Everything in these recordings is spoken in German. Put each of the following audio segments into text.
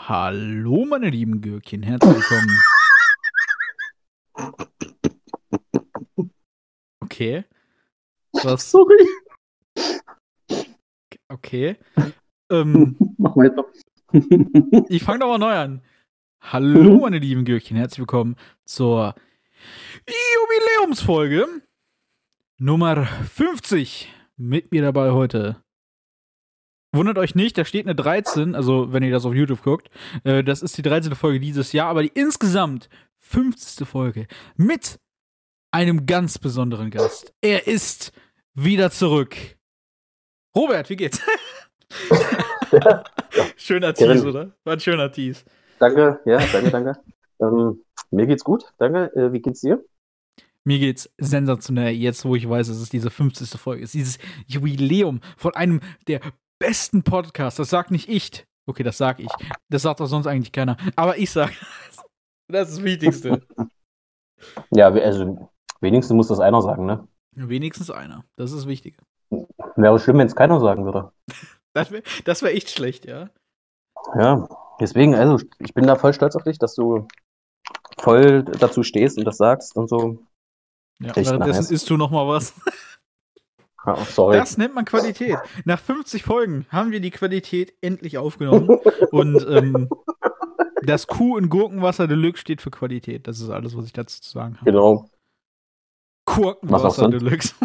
Hallo, meine lieben Gürkchen, herzlich willkommen. Okay, was? Sorry. Okay. Mach weiter. Ich fange doch mal neu an. Hallo, meine lieben Gürkchen, herzlich willkommen zur Jubiläumsfolge Nummer 50. Mit mir dabei heute. Wundert euch nicht, da steht eine 13, also wenn ihr das auf YouTube guckt. Das ist die 13. Folge dieses Jahr, aber die insgesamt 50. Folge mit einem ganz besonderen Gast. Er ist wieder zurück. Robert, wie geht's? Ja, Schöner Kevin. Tease, oder? War ein schöner Tease. Danke, ja, danke. Mir geht's gut, danke. Wie geht's dir? Mir geht's sensationell, jetzt wo ich weiß, dass es diese 50. Folge ist. Dieses Jubiläum von einem der besten Podcasts. Das sagt nicht ich. Okay, das sag ich. Das sagt auch sonst eigentlich keiner. Aber ich sag das. Das ist das Wichtigste. Ja, also wenigstens muss das einer sagen, ne? Wenigstens einer. Das ist wichtig. Wäre schlimm, wenn es keiner sagen würde. Das wär echt schlecht, ja. Ja, deswegen, also ich bin da voll stolz auf dich, dass du voll dazu stehst und das sagst und so. Ja, Echt währenddessen nice. isst du noch mal was. Ja, sorry. Das nennt man Qualität. Nach 50 Folgen haben wir die Qualität endlich aufgenommen. Und das Kuh in Gurkenwasser Deluxe steht für Qualität. Das ist alles, was ich dazu zu sagen habe. Genau. Was auch Gurkenwasser sonst. Deluxe.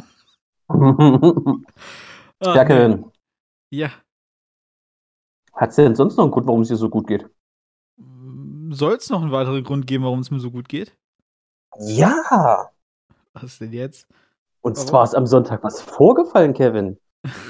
Ach, Ja, nee. Kevin, Ja. hat's denn sonst noch einen Grund, warum es dir so gut geht? Soll es noch einen weiteren Grund geben, warum es mir so gut geht? Ja! Was denn jetzt? Und Warum? zwar ist am Sonntag was vorgefallen, Kevin.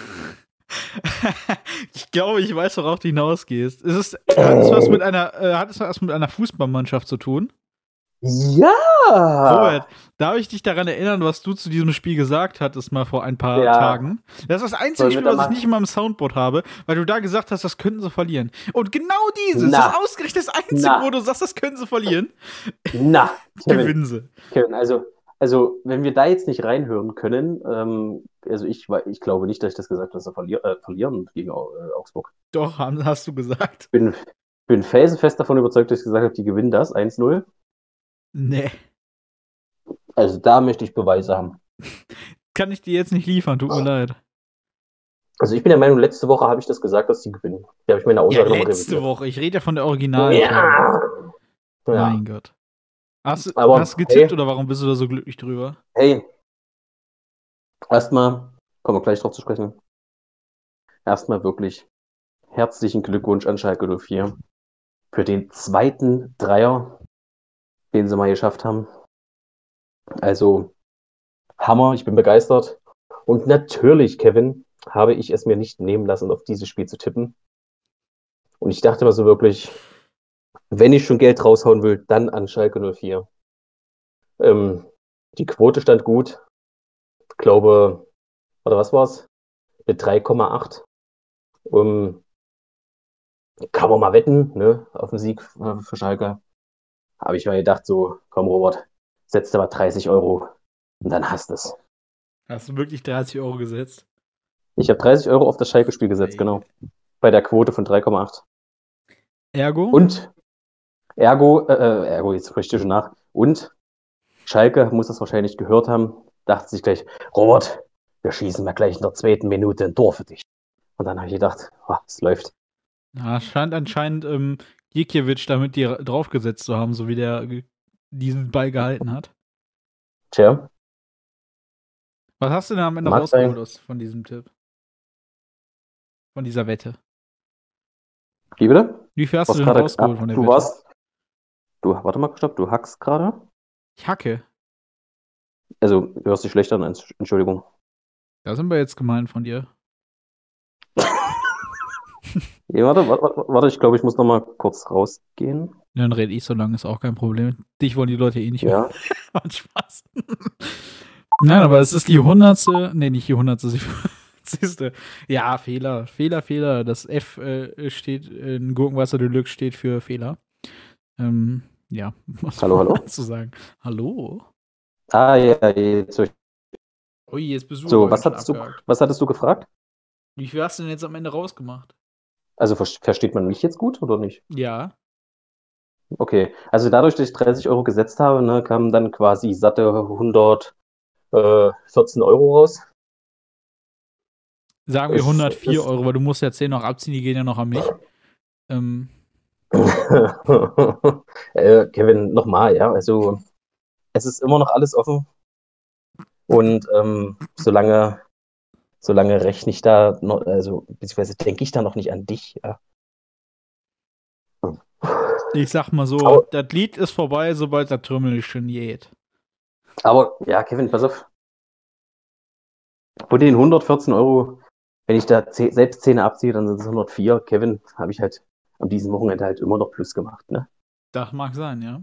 Ich glaube, ich weiß, worauf du hinausgehst. Hat es was mit einer Fußballmannschaft zu tun? Ja! Robert, darf ich dich daran erinnern, was du zu diesem Spiel gesagt hattest, mal vor ein paar Ja. Tagen? Das ist das einzige Sollen wir Spiel, da was ich mal- nicht in meinem Soundboard habe, weil du da gesagt hast, das könnten sie verlieren. Und genau dieses, Na. das ausgerechnet das einzige, Na. wo du sagst, das können sie verlieren, Na, gewinnen sie. Kevin, also wenn wir da jetzt nicht reinhören können, also ich glaube nicht, dass ich das gesagt habe, dass sie verlieren gegen Augsburg. Doch, hast du gesagt. Bin felsenfest davon überzeugt, dass ich gesagt habe, die gewinnen das 1-0. Nee. Also da möchte ich Beweise haben. Kann ich dir jetzt nicht liefern, tut mir leid. Also ich bin der Meinung, letzte Woche habe ich das gesagt, dass die gewinnen. Da habe ich meine Ja, Aussage nochmal letzte revidiert. Woche. Ich rede ja von der Originalfolge. Ja! Ja. Mein Gott. Hast du Aber, getippt hey. oder warum bist du da so glücklich drüber? Hey, erstmal, kommen wir gleich drauf zu sprechen. Erstmal wirklich herzlichen Glückwunsch an Schalke 04 für den zweiten Dreier, den sie mal geschafft haben. Also Hammer, ich bin begeistert. Und natürlich, Kevin, habe ich es mir nicht nehmen lassen, auf dieses Spiel zu tippen. Und ich dachte mir so wirklich, wenn ich schon Geld raushauen will, dann an Schalke 04. Die Quote stand gut. Ich glaube, oder was war's? Mit 3,8. Kann man mal wetten, ne, auf den Sieg für Schalke. Habe ich mir gedacht, so, komm Robert, setz dir mal 30 Euro und dann hast es. Hast du wirklich 30 Euro gesetzt? Ich habe 30 Euro auf das Schalke-Spiel gesetzt, genau. Bei der Quote von 3,8. Ergo? Und ergo, jetzt spricht ihr schon nach. Und Schalke muss das wahrscheinlich gehört haben, dachte sich gleich, Robert, wir schießen mal gleich in der zweiten Minute ein Tor für dich. Und dann habe ich gedacht, es läuft. Ja, scheint anscheinend Gikiewicz damit dir draufgesetzt zu haben, so wie der diesen Ball gehalten hat. Tja, Was hast du denn am Ende Mag sein. rausgeholt von diesem Tipp? Von dieser Wette? wie bitte? Wie viel hast Was du denn gerade- rausgeholt von der du Wette? warst, warte mal, stopp, du hackst gerade. Ich hacke. Also, du hörst dich schlecht an, Entschuldigung. Da sind wir jetzt gemein von dir. Ja, warte, ich glaube, ich muss noch mal kurz rausgehen. Dann rede ich so lange, ist auch kein Problem. Dich wollen die Leute eh nicht Ja. hören. Macht Spaß. Nein, aber es ist die 100. Nee, nicht die 100. Siehste. Ja, Fehler. Das F steht in Gurkenwasser Deluxe steht für Fehler. Ja, was Hallo, soll man hallo? dazu sagen? Hallo? Ah, ja, jetzt. Ui, jetzt bist du So, aber was ganz schön hattest du, abgehakt. was hattest du gefragt? Wie viel hast du denn jetzt am Ende rausgemacht? Also versteht man mich jetzt gut oder nicht? Ja. Okay, also dadurch, dass ich 30 Euro gesetzt habe, ne, kamen dann quasi satte 114 Euro raus. Sagen wir Ist, 104 ist Euro, weil du musst ja 10 noch abziehen, die gehen ja noch an mich. Kevin, nochmal, ja, also es ist immer noch alles offen und solange rechne ich da noch, also beziehungsweise denke ich da noch nicht an dich, ja. Ich sag mal so, Aber, das Lied ist vorbei, sobald der Trümmel geniert. aber ja, Kevin, pass auf, von den 114 Euro, wenn ich da selbst 10 abziehe, dann sind es 104. Kevin, habe ich halt an diesem Wochenende halt immer noch Plus gemacht, ne? Das mag sein, ja.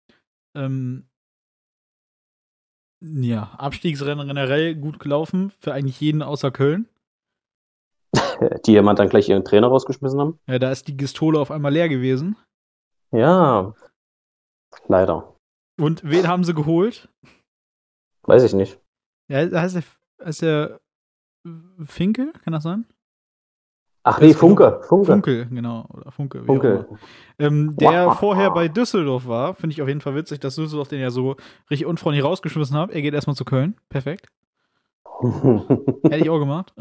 Ja, Abstiegsrennen generell gut gelaufen, für eigentlich jeden außer Köln. Die jemand dann gleich ihren Trainer rausgeschmissen haben. Ja, da ist die Gistole auf einmal leer gewesen. Ja, leider. Und wen haben sie geholt? Weiß ich nicht. Ja, heißt der Finkel, kann das sein? Ach Wer nee, ist genommen? Funke. Funkel, genau. Oder Funke, wie auch immer. Funke. Der vorher bei Düsseldorf war, finde ich auf jeden Fall witzig, dass Düsseldorf den ja so richtig unfreundlich rausgeschmissen hat. Er geht erstmal zu Köln. Perfekt. Hätte ich auch gemacht.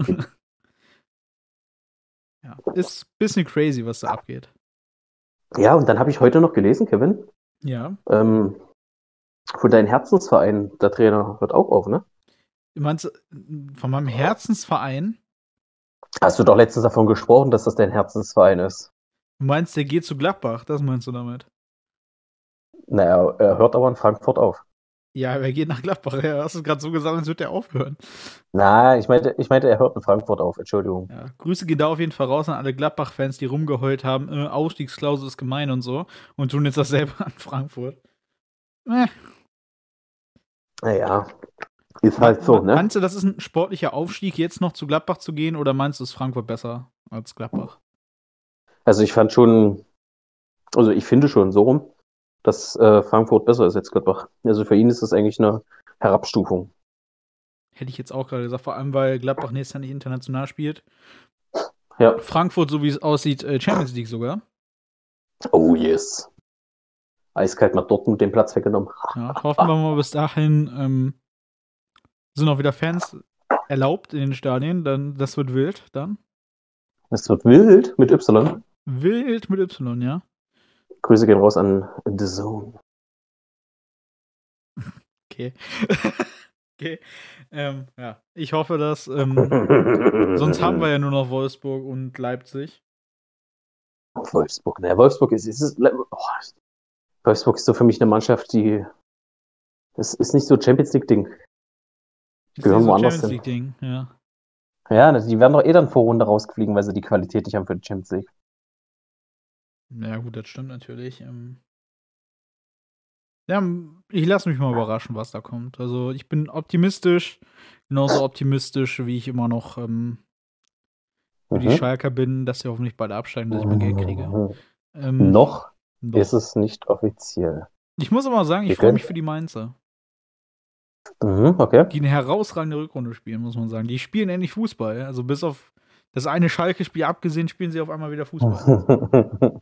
Ja. Ist ein bisschen crazy, was da abgeht. Ja, und dann habe ich heute noch gelesen, Kevin, Ja. von deinem Herzensverein, der Trainer hört auch auf, ne? Du meinst, von meinem Herzensverein? Hast du doch letztens davon gesprochen, dass das dein Herzensverein ist. Du meinst, der geht zu Gladbach? Das meinst du damit? Naja, er hört aber in Frankfurt auf. Ja, er geht nach Gladbach. Ja, hast du gerade so gesagt, als würde er aufhören. Na, ich meinte, er hört in Frankfurt auf, Entschuldigung. Ja, Grüße gehen da auf jeden Fall raus an alle Gladbach-Fans, die rumgeheult haben, Ausstiegsklausel ist gemein und so und tun jetzt dasselbe an Frankfurt. Naja, ist halt so, ne? Meinst du, das ist ein sportlicher Aufstieg, jetzt noch zu Gladbach zu gehen, oder meinst du, ist Frankfurt besser als Gladbach? Also ich finde schon so rum, dass Frankfurt besser ist als Gladbach. Also für ihn ist das eigentlich eine Herabstufung. Hätte ich jetzt auch gerade gesagt, vor allem, weil Gladbach nächstes Jahr nicht international spielt. Ja. Frankfurt, so wie es aussieht, Champions League sogar. Oh yes. Eiskalt mal Dortmund den Platz weggenommen. Ja, hoffen wir mal, bis dahin sind auch wieder Fans erlaubt in den Stadien. Dann, das wird wild dann. Es wird wild mit Y. Wild mit Y, ja. Grüße gehen raus an The Zone. Okay. Okay. Ja, ich hoffe, dass. Sonst haben wir ja nur noch Wolfsburg und Leipzig. Wolfsburg, ne, Wolfsburg Wolfsburg ist so für mich eine Mannschaft, das ist nicht so Champions League-Ding. Die gehören woanders Champions hin. League-Ding, ja. Ja, die werden doch eh dann Vorrunde rausfliegen, weil sie die Qualität nicht haben für die Champions League. Ja, gut, das stimmt natürlich. Ja, ich lasse mich mal überraschen, was da kommt. Also, ich bin optimistisch, genauso optimistisch, wie ich immer noch für die Schalker bin, dass sie hoffentlich bald absteigen, dass ich mein Geld kriege. Noch ist es nicht offiziell. Ich muss aber sagen, ich freue mich für die Mainzer. Okay. Die eine herausragende Rückrunde spielen, muss man sagen. Die spielen endlich Fußball. Also bis auf das eine Schalke-Spiel abgesehen, spielen sie auf einmal wieder Fußball.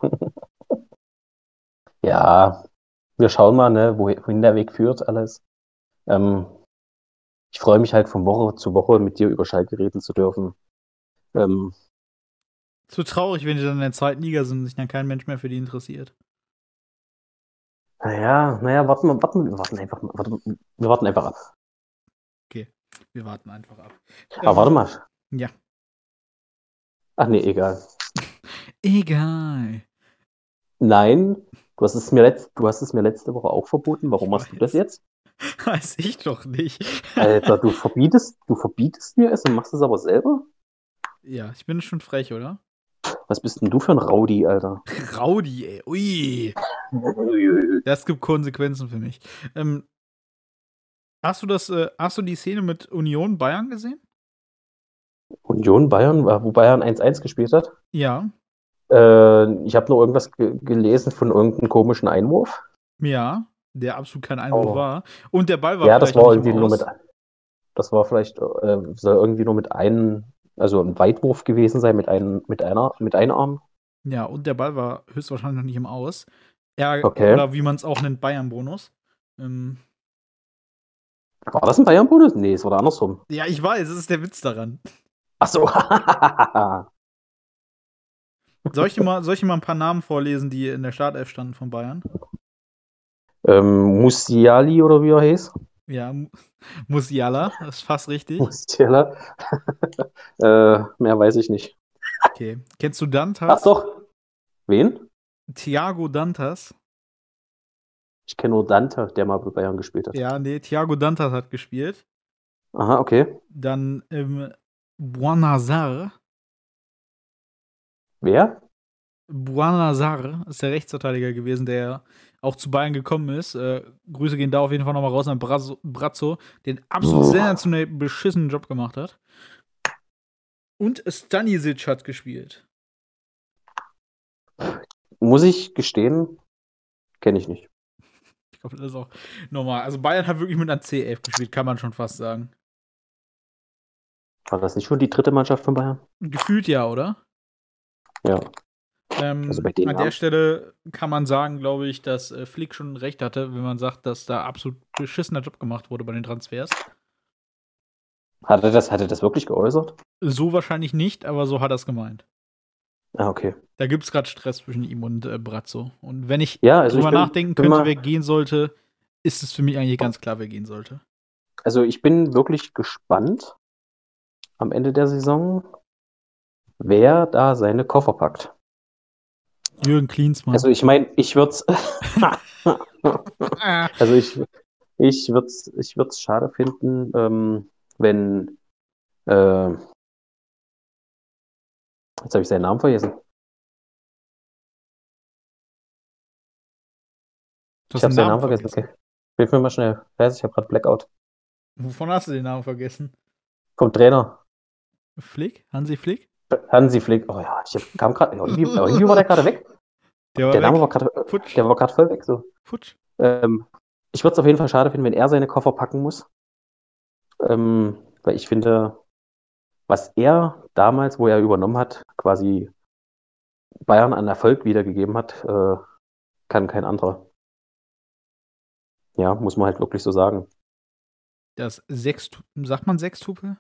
Ja, wir schauen mal, ne, wohin der Weg führt, alles. Ich freue mich halt von Woche zu Woche mit dir über Schalke reden zu dürfen. So traurig, wenn die dann in der zweiten Liga sind und sich dann kein Mensch mehr für die interessiert. Naja, wir warten einfach ab. Okay, wir warten einfach ab. Aber warte mal. Ja. Ach nee, egal. Egal. Nein, du hast es mir letzte Woche auch verboten. Warum machst du das jetzt? Weiß ich doch nicht. Alter, du verbietest mir es und machst es aber selber? Ja, ich bin schon frech, oder? Was bist denn du für ein Rowdy, Alter? Rowdy, ey. Ui. Das gibt Konsequenzen für mich. Hast du die Szene mit Union Bayern gesehen? Union Bayern, wo Bayern 1-1 gespielt hat? Ja. Ich habe nur irgendwas gelesen von irgendeinem komischen Einwurf. Ja, der absolut kein Einwurf war. Und der Ball war ja, das vielleicht war nicht irgendwie nur mit. Das war vielleicht, soll irgendwie nur mit einem Also ein Weitwurf gewesen sein mit einem Arm. Ja, und der Ball war höchstwahrscheinlich noch nicht im Aus. Ja, Okay. oder wie man es auch nennt, Bayern-Bonus. War das ein Bayern-Bonus? Nee, es war andersrum. Ja, ich weiß, das ist der Witz daran. Ach so. Soll ich dir mal ein paar Namen vorlesen, die in der Startelf standen von Bayern? Musiali oder wie er hieß? Ja, Musiala, das ist fast richtig. Musiala. Mehr weiß ich nicht. Okay. Kennst du Ach Dantas? doch. Wen? Thiago Dantas? Ich kenne nur Dante, der mal bei Bayern gespielt hat. Ja, nee, Thiago Dantas hat gespielt. Aha, okay. Dann Buonasar. Wer? Buonasar ist der Rechtsverteidiger gewesen, der auch zu Bayern gekommen ist. Grüße gehen da auf jeden Fall nochmal raus an Brazzo, der einen absolut sensationell beschissenen Job gemacht hat. Und Stanisic hat gespielt. Muss ich gestehen, kenne ich nicht. Ich glaube, das ist auch normal. Also Bayern hat wirklich mit einer C11 gespielt, kann man schon fast sagen. War das nicht schon die dritte Mannschaft von Bayern? Gefühlt ja, oder? Ja. Also bei denen an der Stelle kann man sagen, glaube ich, dass Flick schon recht hatte, wenn man sagt, dass da absolut beschissener Job gemacht wurde bei den Transfers. Hat er das wirklich geäußert? So wahrscheinlich nicht, aber so hat er es gemeint. Ah, okay. Da gibt es gerade Stress zwischen ihm und Brazzo. Und wenn ich Also drüber nachdenken könnte, mal, wer gehen sollte, ist es für mich eigentlich ganz klar, wer gehen sollte. Also ich bin wirklich gespannt am Ende der Saison, wer da seine Koffer packt. Jürgen Klinsmann. Also ich meine, ich würde es also ich würde es schade finden, wenn jetzt habe ich seinen Namen vergessen. Ich habe seinen Namen vergessen. Okay. Hilf mir mal schnell. Ich habe gerade Blackout. Wovon hast du den Namen vergessen? Vom Trainer. Flick? Hansi Flick? Hansi Flick. Oh ja, ich kam gerade. Irgendwie war der gerade weg. Der Name war gerade voll weg. So. Futsch. Ich würde es auf jeden Fall schade finden, wenn er seine Koffer packen muss. Weil ich finde, was er damals, wo er übernommen hat, quasi Bayern an Erfolg wiedergegeben hat, kann kein anderer. Ja, muss man halt wirklich so sagen. Sagt man Sextupel?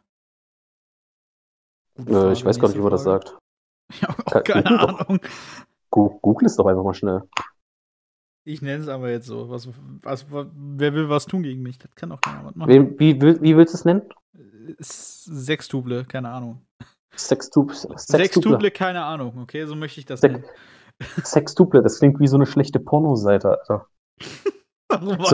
Ich weiß gar nicht, wie man das sagt. Ja, auch keine Ahnung. Google es doch einfach mal schnell. Ich nenne es aber jetzt so. Wer will was tun gegen mich? Das kann auch keiner was machen. Wie willst du es nennen? Sextuple, keine Ahnung. Sextuple, keine Ahnung, okay? So möchte ich das nennen. Sextuple, das klingt wie so eine schlechte Pornoseite, Alter. So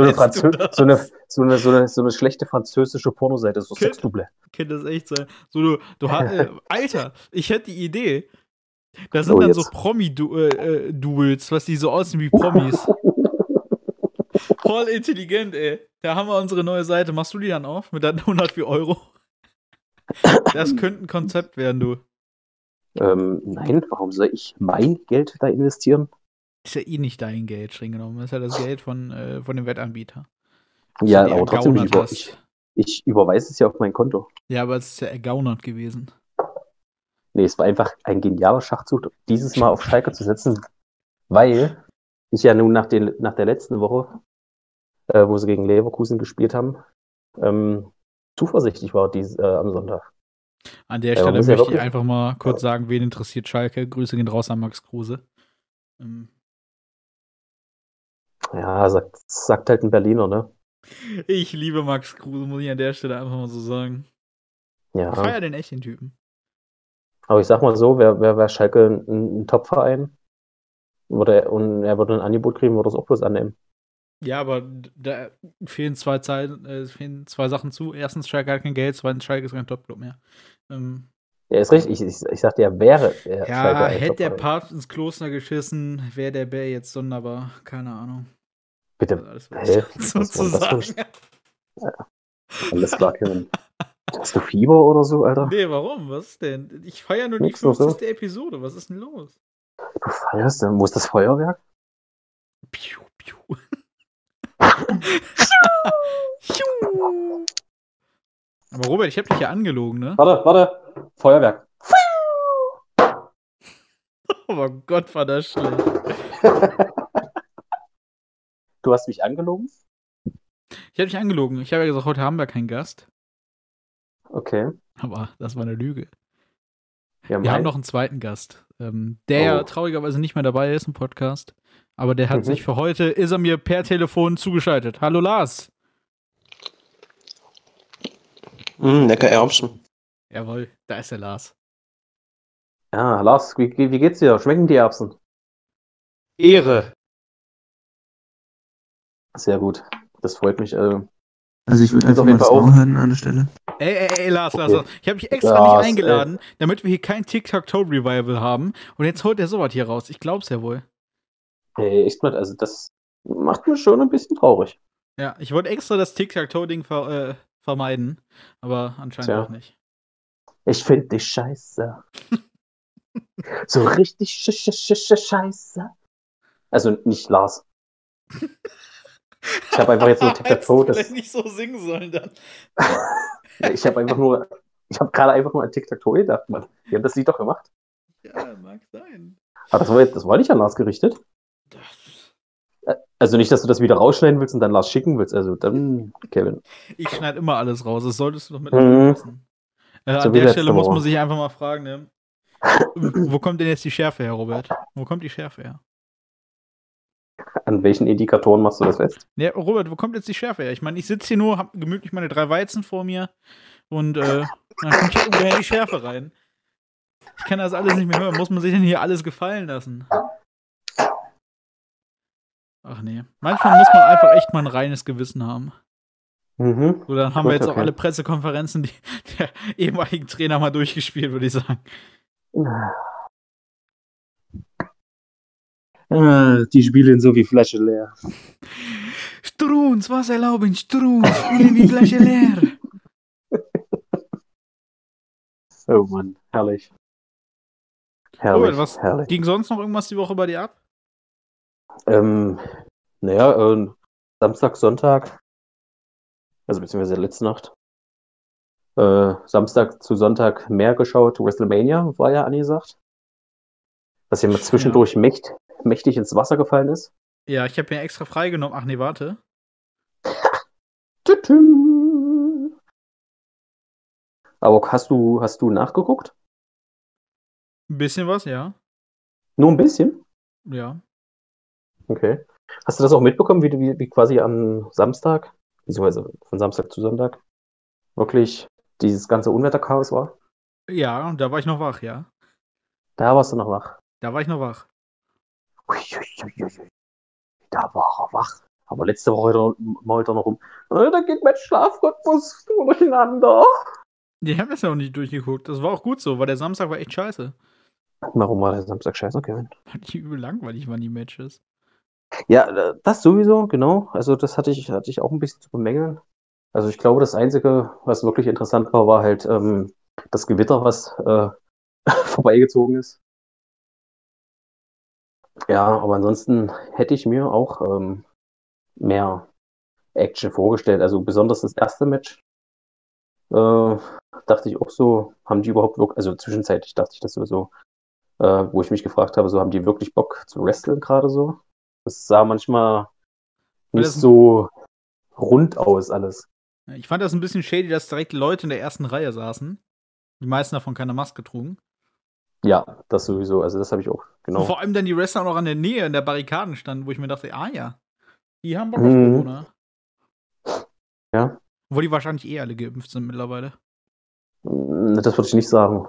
eine schlechte französische Pornoseite, so Sextuple. Könnte das echt sein. So, Alter, ich hätte die Idee. Da sind dann so Promi-Duels, was die so aussehen wie Promis. Voll intelligent, ey. Da haben wir unsere neue Seite. Machst du die dann auf mit deinen 104 €? Das könnte ein Konzept werden, du. Nein, warum soll ich mein Geld da investieren? Ist ja eh nicht dein Geld, streng genommen. Das ist ja das Geld von dem Wettanbieter. Ja, aber trotzdem, ich überweise es ja auf mein Konto. Ja, aber es ist ja ergaunert gewesen. Nee, es war einfach ein genialer Schachzug, dieses Mal auf Schalke zu setzen, weil ich ja nun nach der letzten Woche, wo sie gegen Leverkusen gespielt haben, zuversichtlich war am Sonntag. An der Stelle möchte ich einfach mal kurz sagen, wen interessiert Schalke? Grüße gehen raus an Max Kruse. Ja, sagt halt ein Berliner, ne? Ich liebe Max Kruse, muss ich an der Stelle einfach mal so sagen. Ja. Ich feier den echt, den Typen. Aber ich sag mal so, wäre Schalke ein Top-Verein und er würde ein Angebot kriegen, würde es auch bloß annehmen. Ja, aber da fehlen zwei Sachen zu. Erstens, Schalke hat kein Geld, zweitens, Schalke ist kein Top-Club mehr. Ja, ist richtig. Ich sagte, er wäre Schalke ein hätte der Papst ins Kloster geschissen, wäre der Bär jetzt sonderbar. Keine Ahnung. Bitte. Sozusagen. Alles klar, Kevin. Hast du Fieber oder so, Alter? Nee, warum? Was denn? Ich feiere nur die 50. Episode. Was ist denn los? Du feierst denn? Wo ist das Feuerwerk? Piu, piu. Aber Robert, ich hab dich ja angelogen, ne? Warte. Feuerwerk. Oh Gott, war das schlecht. Du hast mich angelogen? Ich habe dich angelogen. Ich habe ja gesagt, heute haben wir keinen Gast. Okay. Aber das war eine Lüge. Ja, Wir haben noch einen zweiten Gast, der ja traurigerweise nicht mehr dabei ist im Podcast. Aber der hat sich für heute, ist er mir per Telefon zugeschaltet. Hallo Lars. Lecker Erbsen. Jawohl, da ist der Lars. Ja, Lars, wie geht's dir? Schmecken die Erbsen? Ehre. Sehr gut. Das freut mich. Also ich würde Ist einfach auf mal jeden das Fall auch. Maul halten an der Stelle. Ey, Lars. Okay. Ich habe dich extra Lars, nicht eingeladen, damit wir hier kein TikTok-Revival haben. Und jetzt holt er sowas hier raus. Ich glaub's ja wohl. Hey, echt mal, also das macht mich schon ein bisschen traurig. Ja, ich wollte extra das Tic-Tac-Toe-Ding vermeiden. Aber anscheinend Tja. auch nicht. Ich finde dich scheiße. So richtig scheiße. Also nicht Lars. Ich habe einfach jetzt nur Tic-Tac-Toe. Hättest du nicht so singen sollen dann. Ich habe gerade einfach nur an Tic-Tac-Toe gedacht, Mann. Die haben das Lied doch gemacht. Ja, mag sein. Aber das war nicht an Lars gerichtet. Also nicht, dass du das wieder rausschneiden willst und dann Lars schicken willst. Also dann, Kevin. Ich schneide immer alles raus. Das solltest du doch mit wissen. So An wie der letzte Stelle muss man Woche. sich einfach mal fragen, ne? Wo kommt denn jetzt die Schärfe her, Robert? Wo kommt die Schärfe her? An welchen Indikatoren machst du das fest? Ja, Robert, wo kommt jetzt die Schärfe her? Ich meine, ich sitze hier nur, hab gemütlich meine 3 Weizen vor mir und dann kommt hier irgendwoher die Schärfe rein. Ich kann das alles nicht mehr hören. Muss man sich denn hier alles gefallen lassen? Ach nee. Manchmal muss man einfach echt mal ein reines Gewissen haben. Mhm. So, dann haben Gut, wir jetzt auch okay. alle Pressekonferenzen der ehemaligen Trainer mal durchgespielt, würde ich sagen. Die spielen so wie Flasche leer. Struns, was erlauben Struns? Spielen wie Flasche leer. Oh Mann, herrlich. Herrlich, Robert, was herrlich. ging sonst noch irgendwas die Woche bei dir ab? Naja, Samstag, Sonntag, also beziehungsweise letzte Nacht, Samstag zu Sonntag mehr geschaut. WrestleMania war ja angesagt. Was ja mal zwischendurch mächtig ins Wasser gefallen ist. Ja, ich habe mir extra freigenommen. Ach nee, warte. Tütü. Aber hast du nachgeguckt? Ein bisschen was, ja. Nur ein bisschen? Ja. Okay. Hast du das auch mitbekommen, wie quasi am Samstag, beziehungsweise von Samstag zu Sonntag, wirklich dieses ganze Unwetterchaos war? Ja, und da war ich noch wach, ja. Da warst du noch wach. Da war ich noch wach. Uiuiuiui. Da war er wach. Aber letzte Woche mault er noch rum. Da geht mein Schlafrhythmus durcheinander. Die haben das ja auch nicht durchgeguckt. Das war auch gut so, weil der Samstag war echt scheiße. Warum war der Samstag scheiße, Kevin? Weil die übel langweilig waren, die Matches. Ja, das sowieso, genau. Also das hatte ich auch ein bisschen zu bemängeln. Also ich glaube, das Einzige, was wirklich interessant war, war halt das Gewitter, was vorbeigezogen ist. Ja, aber ansonsten hätte ich mir auch mehr Action vorgestellt. Also besonders das erste Match dachte ich auch so, haben die überhaupt wirklich, also zwischenzeitlich dachte ich das sowieso, wo ich mich gefragt habe, so haben die wirklich Bock zu wresteln gerade so? Das sah manchmal nicht so rund aus alles. Ich fand das ein bisschen shady, dass direkt Leute in der ersten Reihe saßen. Die meisten davon keine Maske trugen. Ja, das sowieso. Also das habe ich auch, genau. Und vor allem dann die Wrestler auch noch an der Nähe in der Barrikaden standen, wo ich mir dachte, ah ja, die haben Bock auf Corona. Ja. Wo die wahrscheinlich eh alle geimpft sind mittlerweile. Das würde ich nicht sagen.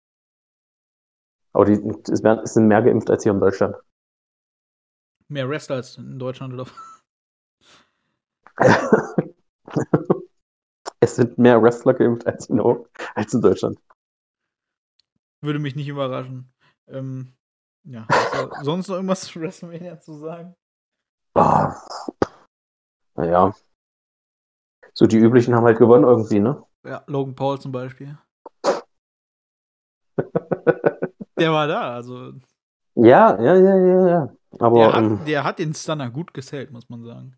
Aber es sind mehr geimpft als hier in Deutschland. Mehr Wrestler als in Deutschland, oder? Es sind mehr Wrestler geimpft als in Deutschland. Würde mich nicht überraschen. Ja, hast du sonst noch irgendwas zu WrestleMania zu sagen? Naja. So die üblichen haben halt gewonnen irgendwie, ne? Ja, Logan Paul zum Beispiel. Der war da, also. Ja. Aber der hat den Stunner gut gesellt, muss man sagen.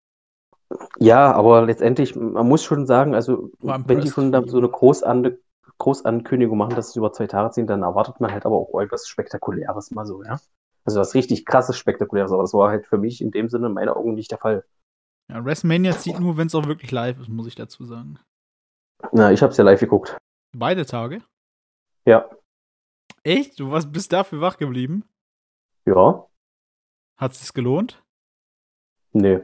ja, aber letztendlich, man muss schon sagen, also War wenn die schon da so eine Großankündigung machen, dass es über 2 Tage ziehen, dann erwartet man halt aber auch irgendwas Spektakuläres mal so, ja. Also was richtig krasses Spektakuläres, aber das war halt für mich in dem Sinne in meinen Augen nicht der Fall. Ja, WrestleMania zieht nur, wenn es auch wirklich live ist, muss ich dazu sagen. Na, ich habe es ja live geguckt. Beide Tage? Ja. Echt? Du bist dafür wach geblieben? Ja. Hat es sich gelohnt? Nee.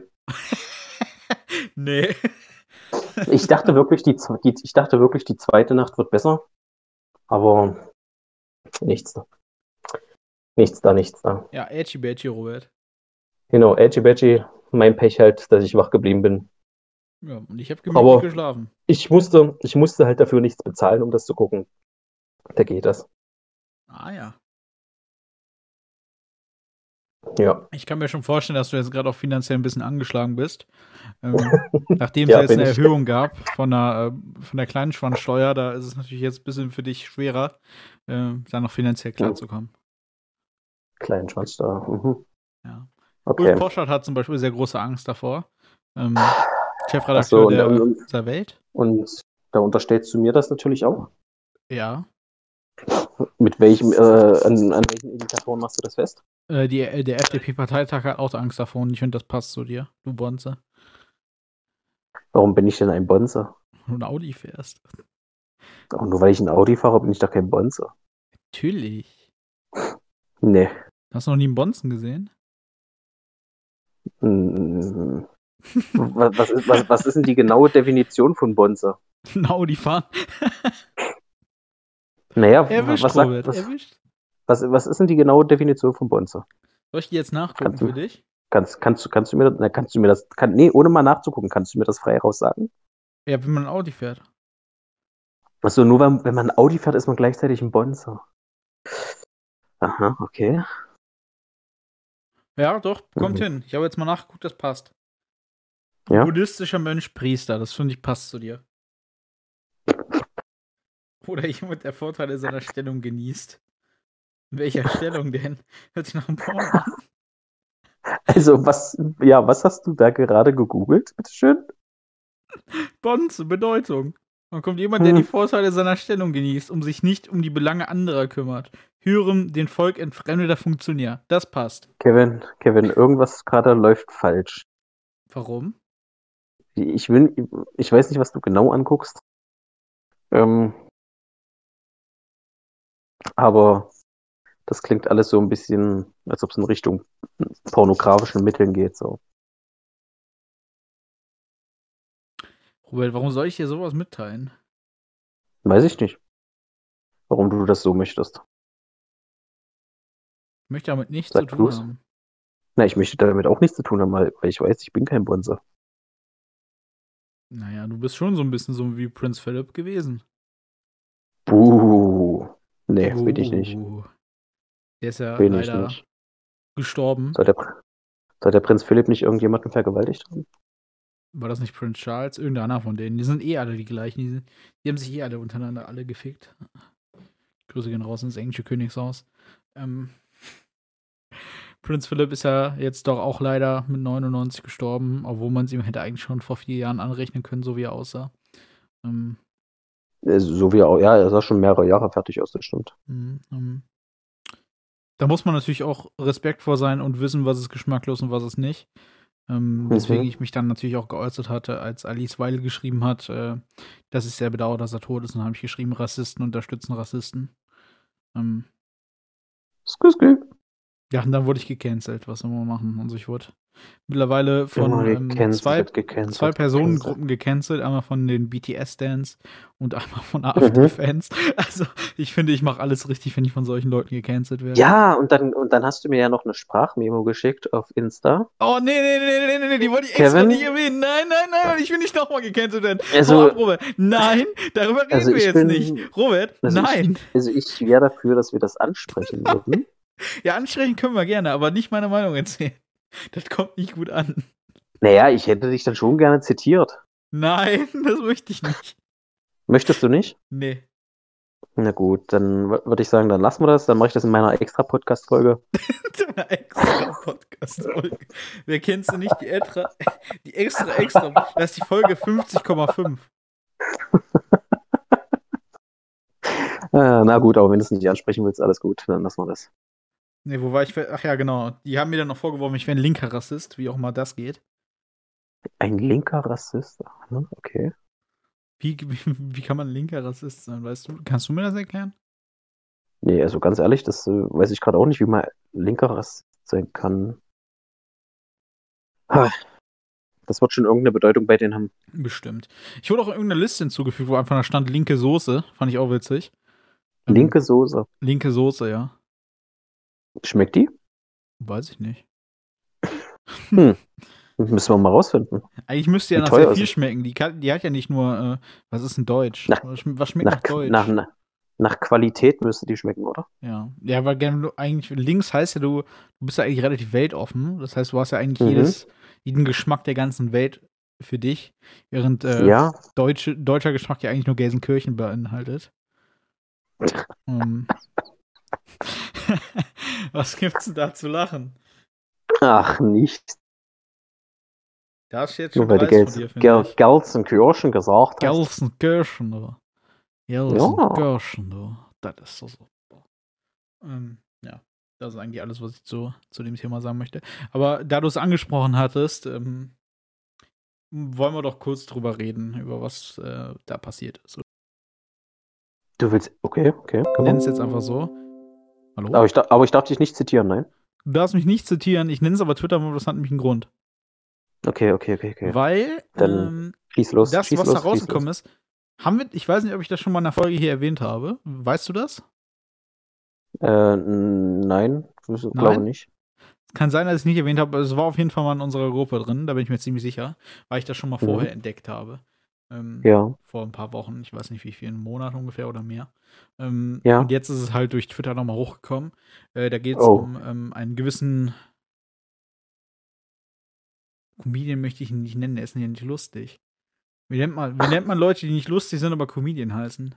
Nee. Ich dachte wirklich, die zweite Nacht wird besser, aber nichts da. Nichts da. Ja, Edgy Badgy, Robert. Genau, Edgy Badgy, mein Pech halt, dass ich wach geblieben bin. Ja, und ich habe gemütlich Aber geschlafen. ich musste halt dafür nichts bezahlen, um das zu gucken. Da geht das. Ah ja. Ja. Ich kann mir schon vorstellen, dass du jetzt gerade auch finanziell ein bisschen angeschlagen bist. Nachdem es Ja, jetzt bin eine ich. Erhöhung gab von der Kleinschwannsteuer, da ist es natürlich jetzt ein bisschen für dich schwerer, da noch finanziell klarzukommen. Kleinen Schwanz da. Mhm. Ja. Okay. Ulf Poschardt hat zum Beispiel sehr große Angst davor. Ach Chefredakteur so, der Welt. und da unterstellst du mir das natürlich auch? Ja. Mit welchem, an welchen Indikatoren machst du das fest? Der FDP-Parteitag hat auch Angst davor und ich finde, das passt zu dir, du Bonze. Warum bin ich denn ein Bonze? Wenn du ein Audi fährst. Und nur weil ich ein Audi fahre, bin ich doch kein Bonze. Natürlich. Nee. Hast du noch nie einen Bonzen gesehen? Was ist denn die genaue Definition von Bonze? Ein Audi fahren? Naja, Erwischt, Robert, erwischt. was ist denn die genaue Definition von Bonze? Soll ich die jetzt nachgucken für dich? Kannst du mir das, ohne mal nachzugucken, kannst du mir das frei raus sagen? Ja, wenn man ein Audi fährt. Achso, nur wenn man ein Audi fährt, ist man gleichzeitig ein Bonze. Aha, okay. Ja, doch, kommt hin. Ich habe jetzt mal nachgeguckt, das passt. Ja? Buddhistischer Mönch, Priester, das finde ich passt zu dir. Oder jemand, der Vorteile seiner Stellung genießt. In welcher Stellung denn? Hört sich nach einem Porno an. Also, was hast du da gerade gegoogelt, bitteschön? Bonze, Bedeutung. Dann kommt jemand, der die Vorteile seiner Stellung genießt, um sich nicht um die Belange anderer kümmert. Höherem, den Volk entfremdeter Funktionär. Das passt. Kevin, irgendwas gerade läuft falsch. Warum? Ich weiß nicht, was du genau anguckst. Aber das klingt alles so ein bisschen, als ob es in Richtung pornografischen Mitteln geht. So. Robert, warum soll ich dir sowas mitteilen? Weiß ich nicht, warum du das so möchtest. Ich möchte damit nichts Sag zu tun du's. haben. Na, ich möchte damit auch nichts zu tun haben, weil ich weiß, ich bin kein Bonze. Naja, du bist schon so ein bisschen so wie Prinz Philip gewesen. Nee, bin ich nicht. Der ist ja Bin ich leider nicht. gestorben. Soll der Prinz Philipp nicht irgendjemanden vergewaltigt haben? War das nicht Prince Charles? Irgendeiner von denen. Die sind alle die gleichen. Die haben sich alle untereinander alle gefickt. Grüße gehen raus ins englische Königshaus. Prinz Philipp ist ja jetzt doch auch leider mit 99 gestorben, obwohl man es ihm hätte eigentlich schon vor 4 Jahren anrechnen können, so wie er aussah. So wie auch, ja, er sah schon mehrere Jahre fertig aus, das stimmt. Da muss man natürlich auch respektvoll sein und wissen, was ist geschmacklos und was ist nicht. Weswegen ich mich dann natürlich auch geäußert hatte, als Alice Weidel geschrieben hat, dass ich sehr bedauere, dass er tot ist. Und dann habe ich geschrieben, Rassisten unterstützen Rassisten. Ja, und dann wurde ich gecancelt. Was soll man machen? Also ich wurde mittlerweile von zwei Personengruppen gecancelt. Einmal von den BTS-Stans und einmal von AfD-Fans. Also ich finde, ich mache alles richtig, wenn ich von solchen Leuten gecancelt werde. Ja, und dann hast du mir ja noch eine Sprachmemo geschickt auf Insta. Oh, nee, die wollte ich extra nicht erwähnen. Nein, ich will nicht nochmal gecancelt werden. Also, Robert, nein, darüber reden wir jetzt nicht. Robert, nein. Ich wäre dafür, dass wir das ansprechen würden. Ja, ansprechen können wir gerne, aber nicht meine Meinung erzählen. Das kommt nicht gut an. Naja, ich hätte dich dann schon gerne zitiert. Nein, das möchte ich nicht. Möchtest du nicht? Nee. Na gut, dann würde ich sagen, dann lassen wir das. Dann mache ich das in meiner Extra-Podcast-Folge. Eine Extra-Podcast-Folge. Wer kennst du nicht? Die extra. Das ist die Folge 50,5. Na gut, aber wenn du es nicht ansprechen willst, alles gut, dann lassen wir das. Nee, wo war ich? Ach ja, genau. Die haben mir dann noch vorgeworfen, ich wäre ein linker Rassist, wie auch immer das geht. Ein linker Rassist? Okay. Wie kann man ein linker Rassist sein, weißt du? Kannst du mir das erklären? Nee, also ganz ehrlich, das weiß ich gerade auch nicht, wie man linker Rassist sein kann. Ha, das wird schon irgendeine Bedeutung bei denen haben. Bestimmt. Ich wurde auch irgendeine Liste hinzugefügt, wo einfach da stand linke Soße. Fand ich auch witzig. Linke Soße. Linke Soße, ja. Schmeckt die? Weiß ich nicht. Müssen wir mal rausfinden. Eigentlich müsste ja Wie nach teuer sehr ist viel es? schmecken. Die hat ja nicht nur, was ist denn Deutsch? Nach- Was schmeckt nach Deutsch? Nach Qualität müsste die schmecken, oder? Ja. Ja, weil gerne eigentlich links heißt ja, du bist ja eigentlich relativ weltoffen. Das heißt, du hast ja eigentlich jeden Geschmack der ganzen Welt für dich. Während Ja. deutscher Geschmack ja eigentlich nur Gelsenkirchen beinhaltet. Was gibt's denn da zu lachen? Ach, nicht. Da ist jetzt Nur schon weil du dreist von dir, finde ich. Gelsenkirchen gesagt hast. Gelsenkirchen, du. Gelsenkirchen, du. Das ist so super. Ja, das ist eigentlich alles, was ich zu dem Thema sagen möchte. Aber da du es angesprochen hattest, wollen wir doch kurz drüber reden, über was da passiert ist. Du willst. Okay. Nenn es jetzt einfach so. Hallo? Aber ich darf dich nicht zitieren, nein? Du darfst mich nicht zitieren, ich nenne es aber Twitter, aber das hat nämlich einen Grund. Okay. Weil Dann schieß los. das, was da rausgekommen ist, ich weiß nicht, ob ich das schon mal in der Folge hier erwähnt habe. Weißt du das? Nein, ich glaube nicht. Kann sein, dass ich es nicht erwähnt habe, aber es war auf jeden Fall mal in unserer Gruppe drin, da bin ich mir ziemlich sicher, weil ich das schon mal vorher entdeckt habe. Ja. Vor ein paar Wochen, ich weiß nicht wie viel, einen Monat ungefähr oder mehr. Ja. Und jetzt ist es halt durch Twitter nochmal hochgekommen. Da geht es Oh. um einen gewissen Comedian, möchte ich ihn nicht nennen, der ist ja nicht lustig. Wie nennt man Leute, die nicht lustig sind, aber Comedian heißen?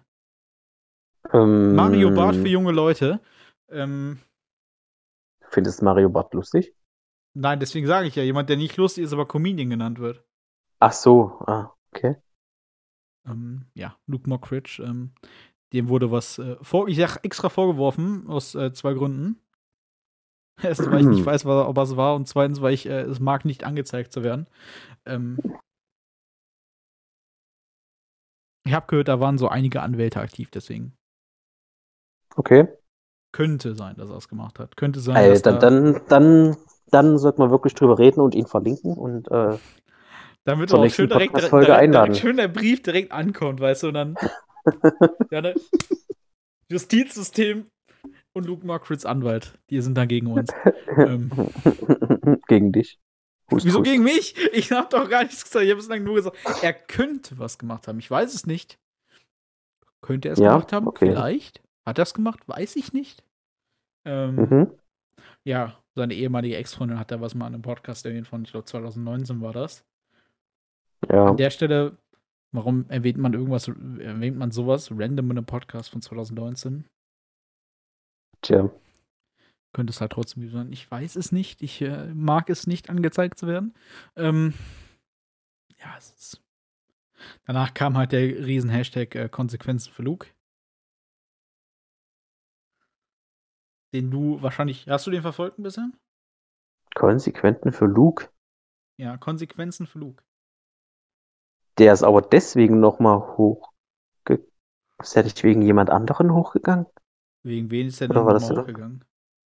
Mario Barth für junge Leute. Findest du Mario Barth lustig? Nein, deswegen sage ich ja, jemand, der nicht lustig ist, aber Comedian genannt wird. Ach so, okay. Ja, Luke Mockridge, dem wurde was ich sag extra vorgeworfen, aus 2 Gründen. Erstens, weil ich nicht weiß, ob er es war, und zweitens, weil es mag nicht angezeigt zu werden. Ich habe gehört, da waren so einige Anwälte aktiv, deswegen. Okay. Könnte sein, dass er es gemacht hat. Könnte sein, dass dann sollte man wirklich drüber reden und ihn verlinken und damit zur auch nächsten schön Podcast-Folge einladen. schön der Brief direkt ankommt, weißt du, und dann ja, ne? Justizsystem und Luke Mockridge's Anwalt, die sind da gegen uns. Gegen dich. Wieso gegen mich? Ich habe doch gar nichts gesagt. Ich habe bislang nur gesagt, er könnte was gemacht haben. Ich weiß es nicht. Könnte er es gemacht haben? Okay. Vielleicht. Hat er es gemacht? Weiß ich nicht. Ja, seine ehemalige Ex-Freundin hat da was mal an einem Podcast erwähnt von, ich glaube, 2019 war das. Ja. An der Stelle, warum erwähnt man sowas random in einem Podcast von 2019? Tja. Könnte es halt trotzdem sein. Ich weiß es nicht. Ich mag es nicht, angezeigt zu werden. Ja, es ist. Danach kam halt der riesen Hashtag Konsequenzen für Luke. Den du wahrscheinlich. Hast du den verfolgt ein bisschen? Konsequenzen für Luke? Ja, Konsequenzen für Luke. Der ist aber deswegen nochmal ist der nicht wegen jemand anderen hochgegangen? Wegen wen ist der Oder denn war das nochmal so? hochgegangen?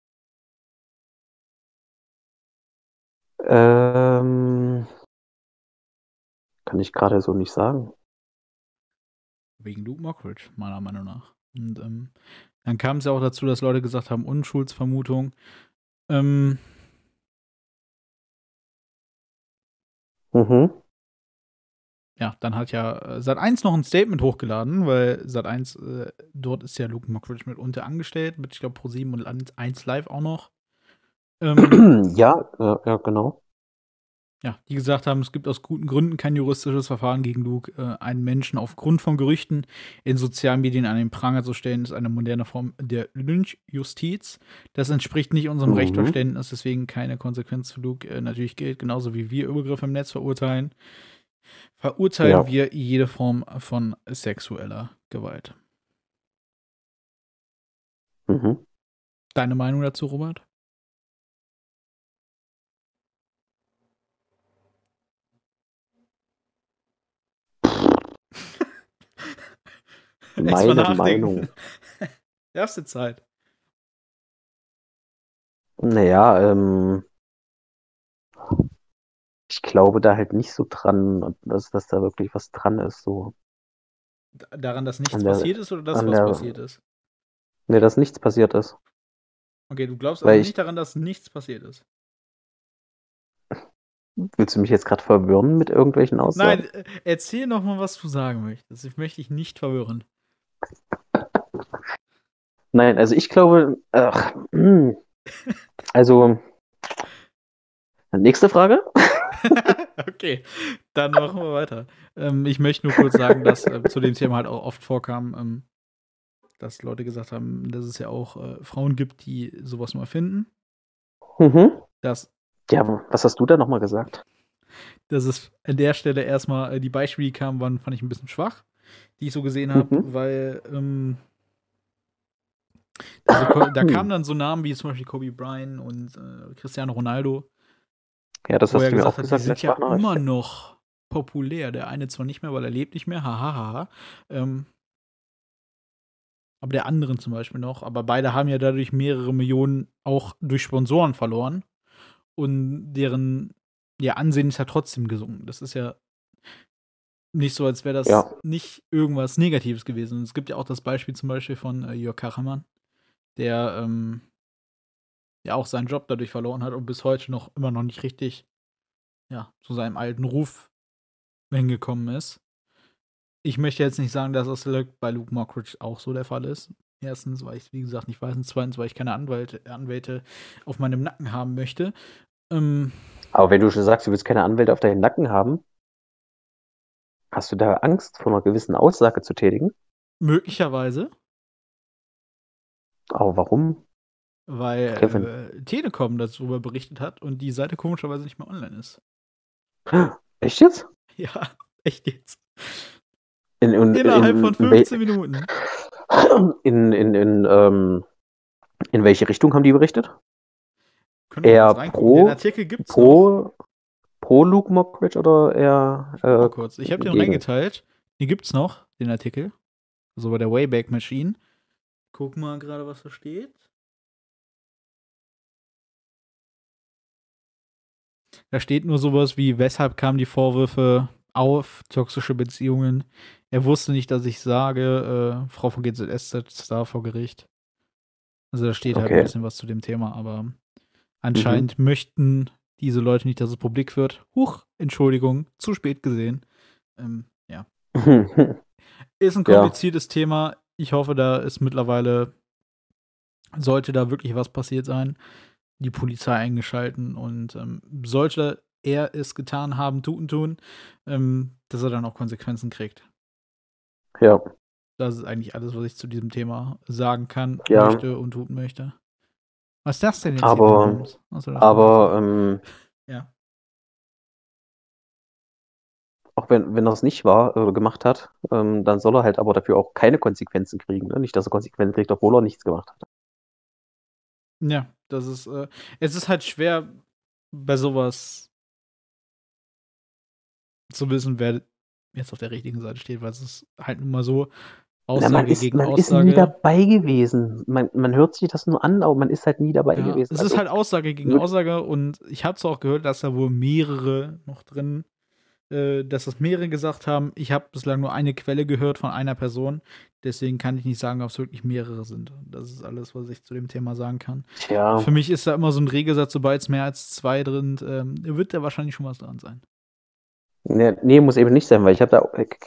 Kann ich gerade so nicht sagen. Wegen Luke Mockridge, meiner Meinung nach. Und dann kam es ja auch dazu, dass Leute gesagt haben, Unschuldsvermutung. Ja, dann hat ja Sat.1 noch ein Statement hochgeladen, weil Sat.1, dort ist ja Luke Mockridge mitunter angestellt, mit, ich glaube, Pro7 und 1 Live auch noch. Ja, genau. Ja, die gesagt haben, es gibt aus guten Gründen kein juristisches Verfahren gegen Luke. Einen Menschen aufgrund von Gerüchten in sozialen Medien an den Pranger zu stellen, ist eine moderne Form der Lynchjustiz. Das entspricht nicht unserem Rechtsverständnis, deswegen keine Konsequenz für Luke. Natürlich gilt, genauso wie wir Übergriffe im Netz verurteilen, wir jede Form von sexueller Gewalt. Mhm. Deine Meinung dazu, Robert? Erstmal Meine nachdenken. Meinung. Erste Zeit. Naja, ich glaube da halt nicht so dran, dass da wirklich was dran ist, so Daran, dass nichts an der, passiert ist oder das, an was der, passiert ist? ne, dass nichts passiert ist. Okay, du glaubst also Weil nicht daran, dass nichts passiert ist. willst du mich jetzt gerade verwirren mit irgendwelchen Aussagen? Nein, erzähl noch mal, was du sagen möchtest. Ich möchte dich nicht verwirren. Nein, also ich glaube, also, nächste Frage. Okay, dann machen wir weiter. Ich möchte nur kurz sagen, dass zu dem Thema halt auch oft vorkam, dass Leute gesagt haben, dass es ja auch Frauen gibt, die sowas nur erfinden. Mhm. Dass, Ja, was hast du da nochmal gesagt? dass es an der Stelle erstmal die Beispiele, die kamen, waren, fand ich ein bisschen schwach, die ich so gesehen habe, Mhm. weil da kamen dann so Namen wie zum Beispiel Kobe Bryant und Cristiano Ronaldo, Ja, das wo hast er du mir auch gesagt hat, die gesagt in der sind ja Sprachnachricht. immer noch populär. Der eine zwar nicht mehr, weil er lebt nicht mehr, hahaha. Aber der anderen zum Beispiel noch. Aber beide haben ja dadurch mehrere Millionen auch durch Sponsoren verloren. Und deren Ansehen ist ja trotzdem gesunken. Das ist ja nicht so, als wäre das Ja. nicht irgendwas Negatives gewesen. Und es gibt ja auch das Beispiel zum Beispiel von Jörg Karaman, der ja auch seinen Job dadurch verloren hat und bis heute noch immer noch nicht richtig zu seinem alten Ruf hingekommen ist. Ich möchte jetzt nicht sagen, dass das bei Luke Mockridge auch so der Fall ist. Erstens, weil ich, wie gesagt, nicht weiß. Und zweitens, weil ich keine Anwälte auf meinem Nacken haben möchte. Aber wenn du schon sagst, du willst keine Anwälte auf deinen Nacken haben, hast du da Angst, vor einer gewissen Aussage zu tätigen? Möglicherweise, Aber warum, Kevin? weil Telekom darüber berichtet hat und die Seite komischerweise nicht mehr online ist. Echt jetzt? Ja, echt jetzt. In, Innerhalb von in, in, 15 Minuten. in, in, in, ähm, in welche Richtung haben die berichtet? Können wir mal Eher kurz reingucken. Den Artikel gibt's noch. pro Luke Mockridge oder eher Ich guck mal kurz. Ich habe den gegen? reingeteilt. Den gibt's noch, den Artikel. Also bei der Wayback Machine. Guck mal gerade, was da steht. Da steht nur sowas wie, weshalb kamen die Vorwürfe auf toxische Beziehungen. Er wusste nicht, dass ich sage, Frau von GZSZ ist da vor Gericht. Also da steht halt ein Okay. bisschen was zu dem Thema, aber anscheinend möchten diese Leute nicht, dass es publik wird. Huch, Entschuldigung, zu spät gesehen. Ja. Ist ein kompliziertes Thema. Ich hoffe, da ist mittlerweile, sollte da wirklich was passiert sein, die Polizei eingeschalten und sollte er es getan haben, tun, dass er dann auch Konsequenzen kriegt. Ja. Das ist eigentlich alles, was ich zu diesem Thema sagen kann, Ja. möchte und tun möchte. Was ist das denn jetzt Aber- hier für ein Bums? Achso, das Aber ja. auch wenn er es nicht war oder gemacht hat, dann soll er halt aber dafür auch keine Konsequenzen kriegen. Ne? Nicht, dass er Konsequenzen kriegt, obwohl er nichts gemacht hat. Ja, das ist, es ist halt schwer, bei sowas zu wissen, wer jetzt auf der richtigen Seite steht, weil es ist halt nun mal so, Aussage gegen man ist Aussage. nie dabei gewesen. Man hört sich das nur an, aber man ist halt nie dabei Ja, gewesen. es Also, ist halt Aussage gegen wirklich- Aussage und ich habe zwar auch gehört, dass da wohl mehrere noch drin, dass das mehrere gesagt haben. Ich habe bislang nur eine Quelle gehört von einer Person, deswegen kann ich nicht sagen, ob es wirklich mehrere sind. Das ist alles, was ich zu dem Thema sagen kann. Tja, Für mich ist da immer so ein Regelsatz, sobald es mehr als 2 drin wird da wahrscheinlich schon was dran sein. nee, muss eben nicht sein, weil ich habe da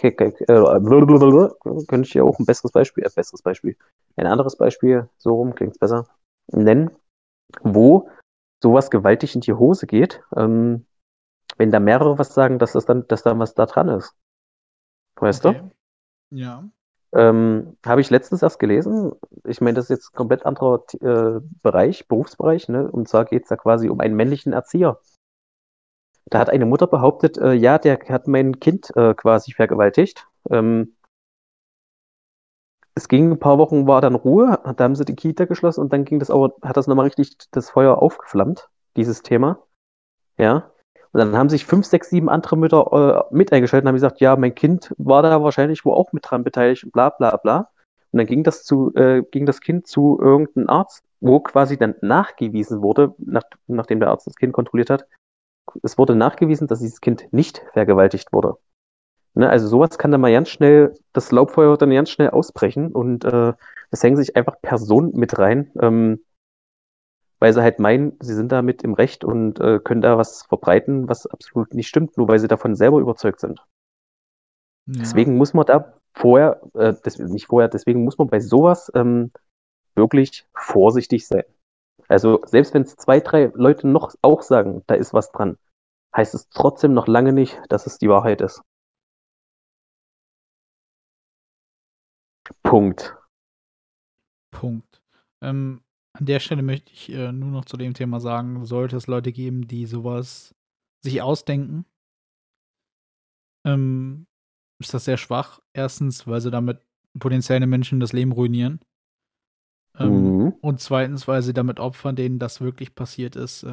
könnte ich ja auch ein ein anderes Beispiel, so rum klingt's besser, nennen, wo sowas gewaltig in die Hose geht, wenn da mehrere was sagen, dass da was da dran ist. Weißt Okay. Ja. du? Habe ich letztens erst gelesen. Ich meine, das ist jetzt ein komplett anderer Bereich, Berufsbereich, ne? Und zwar geht es da quasi um einen männlichen Erzieher. Da hat eine Mutter behauptet, ja, der hat mein Kind quasi vergewaltigt. es ging ein paar Wochen, war dann Ruhe, da haben sie die Kita geschlossen und dann hat das nochmal richtig das Feuer aufgeflammt, dieses Thema. Ja. Und dann haben sich 5, 6, 7 andere Mütter mit eingeschaltet und haben gesagt, ja, mein Kind war da wahrscheinlich wohl auch mit dran beteiligt und bla bla bla. Und dann ging das Kind zu irgendeinem Arzt, wo quasi dann nachgewiesen wurde, nachdem der Arzt das Kind kontrolliert hat, es wurde nachgewiesen, dass dieses Kind nicht vergewaltigt wurde. Ne, also sowas kann dann mal ganz schnell, das Laubfeuer dann ganz schnell ausbrechen und es hängen sich einfach Personen mit rein, weil sie halt meinen, sie sind damit im Recht und können da was verbreiten, was absolut nicht stimmt, nur weil sie davon selber überzeugt sind. Ja. Deswegen muss man da deswegen muss man bei sowas wirklich vorsichtig sein. Also selbst wenn es 2, 3 Leute noch auch sagen, da ist was dran, heißt es trotzdem noch lange nicht, dass es die Wahrheit ist. Punkt. An der Stelle möchte ich nur noch zu dem Thema sagen, sollte es Leute geben, die sowas sich ausdenken, ist das sehr schwach. Erstens, weil sie damit potenzielle Menschen das Leben ruinieren. Mhm. Und zweitens, weil sie damit Opfern, denen das wirklich passiert ist,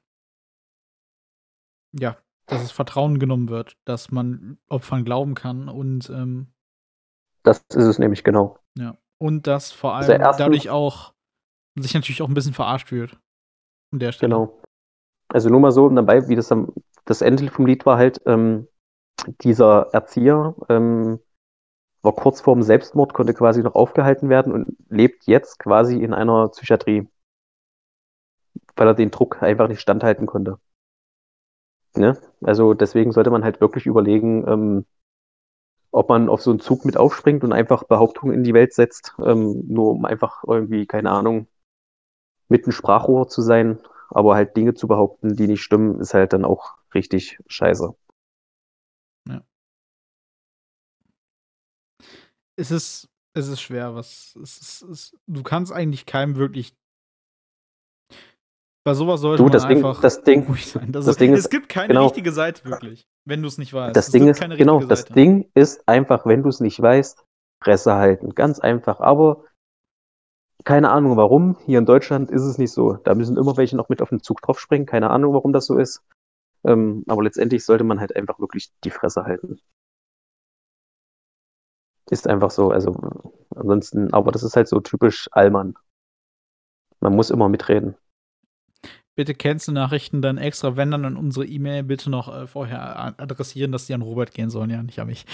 ja, dass es Vertrauen genommen wird, dass man Opfern glauben kann und Das ist es nämlich genau. ja. Und dass vor Also allem erstens, dadurch auch sich natürlich auch ein bisschen verarscht wird. An der Stelle. genau. Also nur mal so dabei, wie das Ende vom Lied war halt, dieser Erzieher war kurz vorm Selbstmord, konnte quasi noch aufgehalten werden und lebt jetzt quasi in einer Psychiatrie, weil er den Druck einfach nicht standhalten konnte. Ne? Also deswegen sollte man halt wirklich überlegen, ob man auf so einen Zug mit aufspringt und einfach Behauptungen in die Welt setzt, nur um einfach irgendwie, keine Ahnung, mit einem Sprachrohr zu sein, aber halt Dinge zu behaupten, die nicht stimmen, ist halt dann auch richtig scheiße. Ja. Es ist schwer, du kannst eigentlich keinem wirklich. Bei sowas sollte man einfach ruhig sein. Es gibt keine genau, richtige Seite wirklich, wenn du es nicht weißt. das Es Ding gibt ist, keine genau, richtige das Seite. Ding ist einfach, wenn du es nicht weißt, Fresse halten. Ganz einfach. Aber keine Ahnung warum. Hier in Deutschland ist es nicht so. Da müssen immer welche noch mit auf den Zug draufspringen. Keine Ahnung, warum das so ist. Aber letztendlich sollte man halt einfach wirklich die Fresse halten. Ist einfach so. Also ansonsten, aber das ist halt so typisch Allmann. Man muss immer mitreden. Bitte Cancel-Nachrichten dann extra, wenn dann an unsere E-Mail bitte noch vorher adressieren, dass die an Robert gehen sollen, ja, nicht an mich.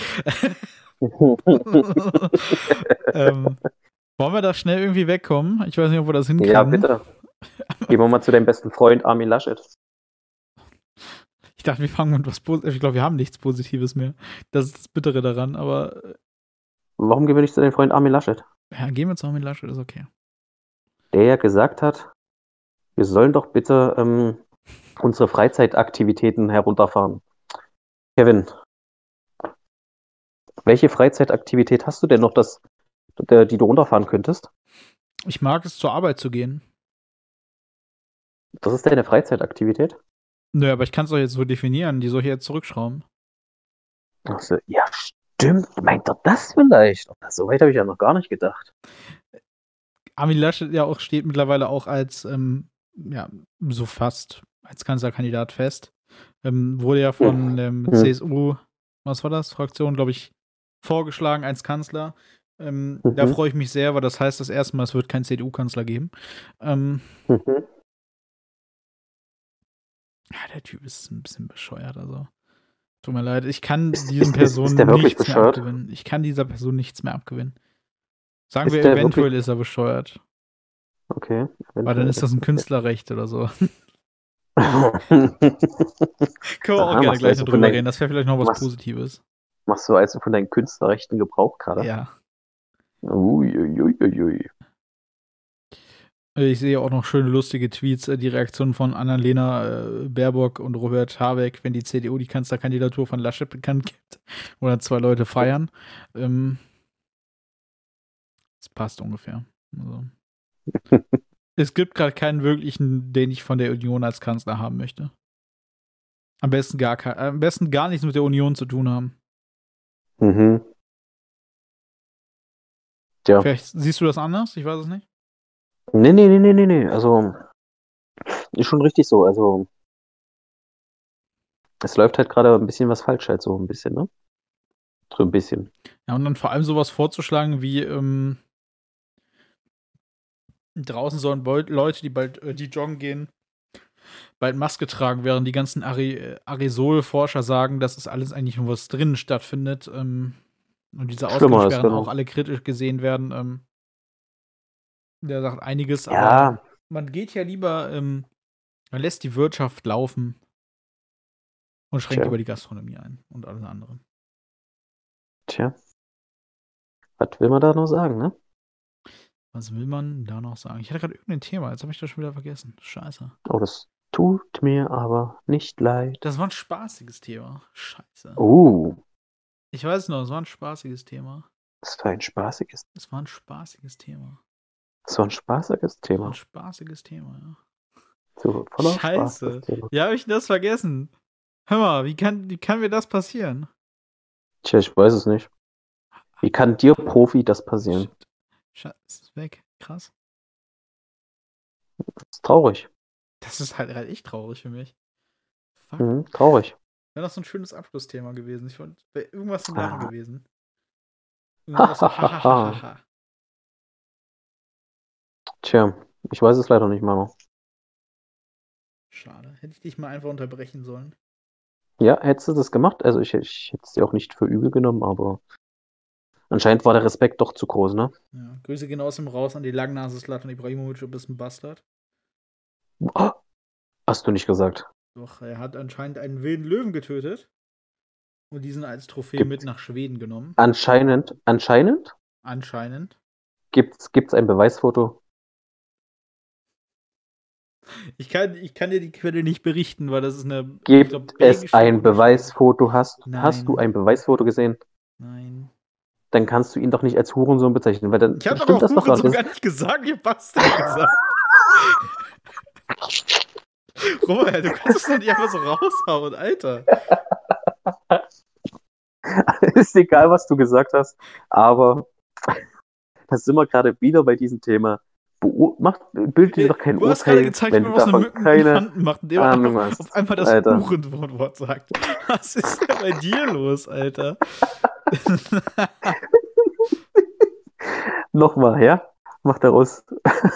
Wollen wir da schnell irgendwie wegkommen? Ich weiß nicht, ob wir das hinkriegen. Ja, bitte. Gehen wir mal zu deinem besten Freund Armin Laschet. Ich dachte, wir fangen mit was Positives. Ich glaube, wir haben nichts Positives mehr. Das ist das Bittere daran, aber. Warum gehen wir nicht zu deinem Freund Armin Laschet? Ja, gehen wir zu Armin Laschet, ist okay. Der ja gesagt hat, wir sollen doch bitte unsere Freizeitaktivitäten herunterfahren. Kevin, welche Freizeitaktivität hast du denn noch, die du runterfahren könntest? Ich mag es, zur Arbeit zu gehen. Das ist deine Freizeitaktivität? Nö, aber ich kann es doch jetzt so definieren. Die soll ich jetzt zurückschrauben. Also, ja, stimmt. Meint er das vielleicht? So weit habe ich ja noch gar nicht gedacht. Armin Laschet ja auch steht mittlerweile auch als, ja, so fast als Kanzlerkandidat fest. Wurde ja von CSU, was war das? Fraktion, glaube ich, vorgeschlagen als Kanzler. Da freue ich mich sehr, weil das heißt das erste Mal, es wird keinen CDU-Kanzler geben. Ja, der Typ ist ein bisschen bescheuert, also. Tut mir leid, ich kann diesen Personen nichts mehr abgewinnen. Ich kann dieser Person nichts mehr abgewinnen. Sagen wir, eventuell ist er bescheuert. Okay. Weil dann ist das ein Künstlerrecht oder so. Können wir auch gerne gleich noch drüber reden. Das wäre vielleicht noch was Positives. Machst du also von deinen Künstlerrechten Gebrauch gerade? Ja. Uiuiuiui. Ich sehe auch noch schöne, lustige Tweets, die Reaktion von Annalena Baerbock und Robert Habeck, wenn die CDU die Kanzlerkandidatur von Laschet bekannt gibt. Oder 2 Leute feiern. Das passt ungefähr. Also. Es gibt gerade keinen wirklichen, den ich von der Union als Kanzler haben möchte. Am besten gar nichts mit der Union zu tun haben. Tja. Vielleicht siehst du das anders? Ich weiß es nicht. Nee. Also, ist schon richtig so. Also, es läuft halt gerade ein bisschen was falsch halt so ein bisschen, ne? So ein bisschen. Ja, und dann vor allem sowas vorzuschlagen wie, draußen sollen Leute, die bald die joggen gehen, bald Maske tragen, während die ganzen Aerosol-Forscher sagen, dass es alles eigentlich nur was drinnen stattfindet. Und diese Schlimmer ist, Ausgangssperren genau. auch alle kritisch gesehen werden. Der sagt einiges, aber Ja, man geht ja lieber, man lässt die Wirtschaft laufen und schränkt Tja. über die Gastronomie ein und alles andere. tja. Was will man da noch sagen, ne? Was will man da noch sagen? Ich hatte gerade irgendein Thema, jetzt habe ich das schon wieder vergessen. Scheiße. Oh, das tut mir aber nicht leid. Das war ein spaßiges Thema. Scheiße. Ich weiß noch, es war ein spaßiges Thema. das war ein spaßiges, Es war ein spaßiges Thema. das war ein spaßiges Ein Thema. spaßiges Thema, ja. So, voller Spaß, Scheiße. das Thema. Ja, habe ich das vergessen. Hör mal, wie kann mir das passieren? Tja, ich weiß es nicht. Wie kann dir, Profi, das passieren? Shit. Scheiße, ist weg. Krass. Das ist traurig. Das ist halt echt traurig für mich. Fuck. Traurig. Wäre das so ein schönes Abschlussthema gewesen. Ich wollte, wäre irgendwas zum Lachen Ah. gewesen. Irgendwas so, ha. Tja, ich weiß es leider nicht, Mama. Schade. Hätte ich dich mal einfach unterbrechen sollen. Ja, hättest du das gemacht? Also ich hätte es dir auch nicht für übel genommen, aber anscheinend war der Respekt doch zu groß, ne? Ja, Grüße gehen aus dem Raus an die Langnase Zlatan Ibrahimovic, du bist ein Bastard. Oh, hast du nicht gesagt. Doch, er hat anscheinend einen wilden Löwen getötet und diesen als Trophäe Gibt's- mit nach Schweden genommen. Anscheinend Anscheinend. gibt's ein Beweisfoto. Ich kann dir die Quelle nicht berichten, weil das ist eine. ich Gibt glaub, es belgische ein oder Beweisfoto? Hast Nein. du ein Beweisfoto gesehen? Nein. Dann kannst du ihn doch nicht als Hurensohn bezeichnen, weil dann Ich habe stimmt aber auch das doch Hurensohn gar gar nicht gesagt, ihr Bastard gesagt. Robert, du kannst es doch nicht einfach so raushauen, Alter. Ist egal, was du gesagt hast, aber da sind wir gerade wieder bei diesem Thema. Bild dir doch kein Du hast gerade Urteil, gezeigt, wie wenn man du aus einem davon Mücken keine Elefanten macht, indem man Ahnung einfach hast. auf einmal das Alter. Hurensohn-Wort sagt. Was ist denn bei dir los, Alter? Nochmal, ja? Mach daraus.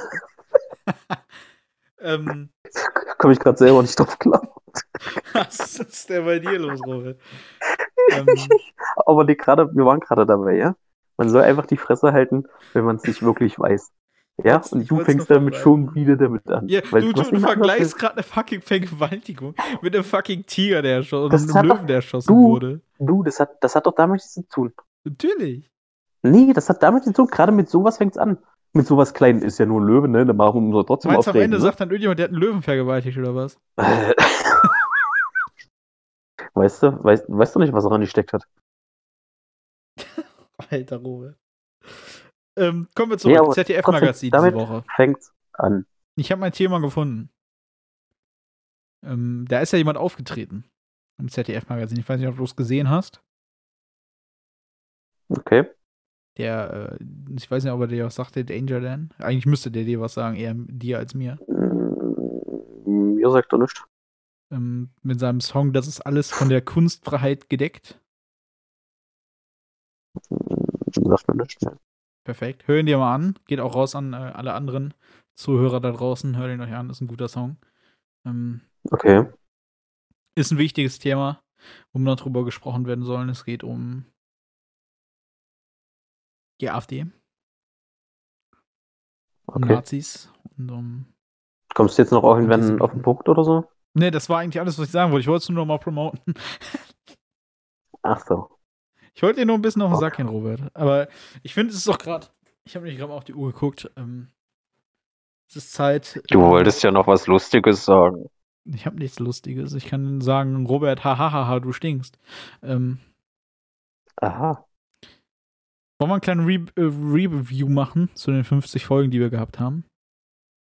Komme ich gerade selber nicht drauf klar. Was ist denn bei dir los, Robert? Aber wir waren gerade dabei, ja? Man soll einfach die Fresse halten, wenn man es nicht wirklich weiß. Ja? Ich Und du wollt's fängst nur damit verbreiten. schon wieder damit an. Ja, Weil du hast nicht mehr anders vergleichst gerade eine fucking Vergewaltigung mit einem fucking Tiger, der erschossen, Das und hat einem doch- Löwen, der erschossen du- wurde. Das hat doch damit nichts zu tun. Natürlich. Nee, das hat damit nichts zu tun. Gerade mit sowas fängt's an. Mit sowas Kleinen ist ja nur ein Löwe, ne? Da machen wir trotzdem Meinst du, am aufregen. Ende Ne? sagt dann irgendjemand, der hat einen Löwen vergewaltigt oder was? Weißt du nicht, was er gesteckt hat? Alter, Robert. Kommen wir zurück. Nee, aber ZDF-Magazin trotzdem, diese Woche. Fängt's an. Ich habe mein Thema gefunden. Da ist ja jemand aufgetreten im ZDF-Magazin. Ich weiß nicht, ob du es gesehen hast. Okay. Ich weiß nicht, ob er dir was sagte, Danger Dan. Eigentlich müsste der dir was sagen, eher dir als mir. Mir sagt er nichts. Mit seinem Song, das ist alles von der Kunstfreiheit gedeckt. Sagt mir nichts. Ne? Perfekt. Hör ihn dir mal an. Geht auch raus an alle anderen Zuhörer da draußen. Hört ihn euch an, ist ein guter Song. Okay. Ist ein wichtiges Thema, wo noch drüber gesprochen werden soll. Es geht um die AfD, um Okay. Nazis und um. Kommst du jetzt noch irgendwann Antisemiten. auf den Punkt oder so? Ne, das war eigentlich alles, was ich sagen wollte. Ich wollte es nur noch mal promoten. Ach so. Ich wollte dir nur ein bisschen auf den Sack gehen, Robert. Aber ich finde, es ist doch gerade. Ich habe nämlich gerade mal auf die Uhr geguckt. Es ist Zeit. Du wolltest ja noch was Lustiges sagen. Ich habe nichts Lustiges. Ich kann sagen, Robert, hahaha, du stinkst. Aha. Wollen wir einen kleinen Review machen zu den 50 Folgen, die wir gehabt haben?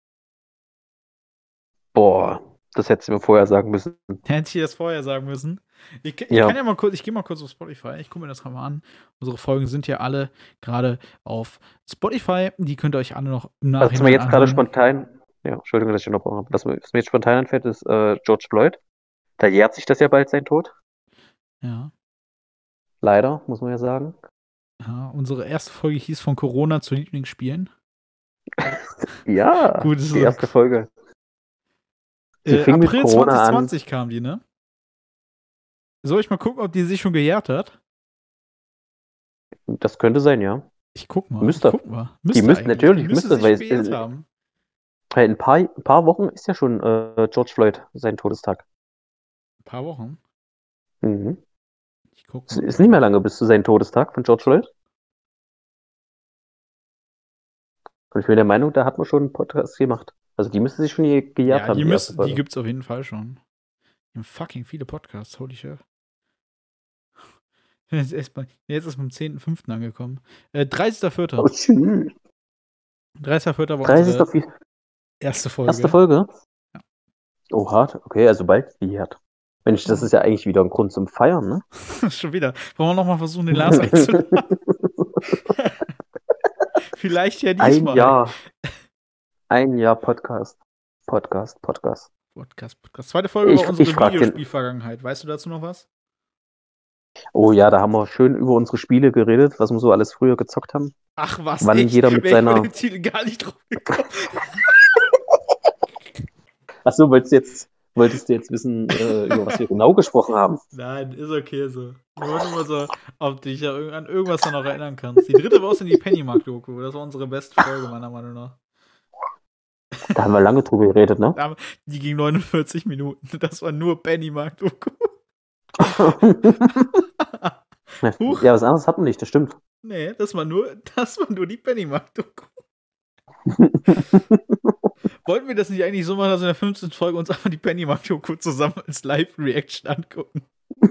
Boah, das hättest du mir vorher sagen müssen. Hätte ich das vorher sagen müssen. Ich Ja. kann ja mal kurz, ich gehe mal kurz auf Spotify, ich gucke mir das mal an. Unsere Folgen sind ja alle gerade auf Spotify. Die könnt ihr euch alle noch im Was Nachhinein mir jetzt gerade anhören. spontan, ja, Entschuldigung, dass ich unterbrochen habe. Was mir jetzt spontan einfällt, ist George Floyd. Da jährt sich das ja bald sein Tod. Ja. Leider, muss man ja sagen. Ja, unsere erste Folge hieß von Corona zu Lieblingsspielen. Ja, Gut, das die ist erste Folge. Sie fing mit April Corona 2020 kam die, ne? Soll ich mal gucken, ob die sich schon gejährt hat? an. Das könnte sein, ja. Ich guck mal. Müsste. Ich guck mal. Die müsste eigentlich. natürlich, Die müsste müsste, weil sich es gejährt haben. in ein paar Wochen ist ja schon George Floyd sein Todestag. Ein paar Wochen. Mhm. Ich guck Es mal. ist nicht mehr lange bis zu seinem Todestag von George Floyd. Und ich bin der Meinung, da hat man schon einen Podcast gemacht. Also die müsste sich schon gejährt Ja, haben, die erste die Folge. gibt's auf jeden Fall schon. Die haben fucking viele Podcasts, holy shit. Jetzt ist man am 10.05. angekommen. 30.04. Oh, tschüss. 30.04. war 30. unsere erste Folge. Erste Folge? Ja. Oh, hart. Okay, also bald gejährt. Mensch, das ist ja eigentlich wieder ein Grund zum Feiern, ne? Schon wieder. Wollen wir nochmal versuchen, den Lars einzuladen? Vielleicht ja diesmal. Ein Jahr Podcast. Podcast. Zweite Folge Ich war unsere frag den- Videospielvergangenheit. Weißt du dazu noch was? Oh ja, da haben wir schön über unsere Spiele geredet, was wir so alles früher gezockt haben. Ach was, Wann echt? jeder mit Wäre ich bei seiner- dem Titel gar nicht drauf gekommen. Achso, wolltest du jetzt wissen, über was wir genau gesprochen haben? Nein, ist okay so. Ich wollte nur so, ob du dich ja an irgendwas da noch erinnern kannst. Die dritte war aus in die Pennymark-Doku. Das war unsere beste Folge, meiner Meinung nach. Da haben wir lange drüber geredet, ne? Die ging 49 Minuten. Das war nur Pennymark-Doku. Huch. Ja, was anderes hatten wir nicht, das stimmt. Nee, das war nur die Pennymark-Doku. Wollten wir das nicht eigentlich so machen, dass wir in der 15. Folge uns einfach die Pennymark-Doku zusammen als Live-Reaction angucken?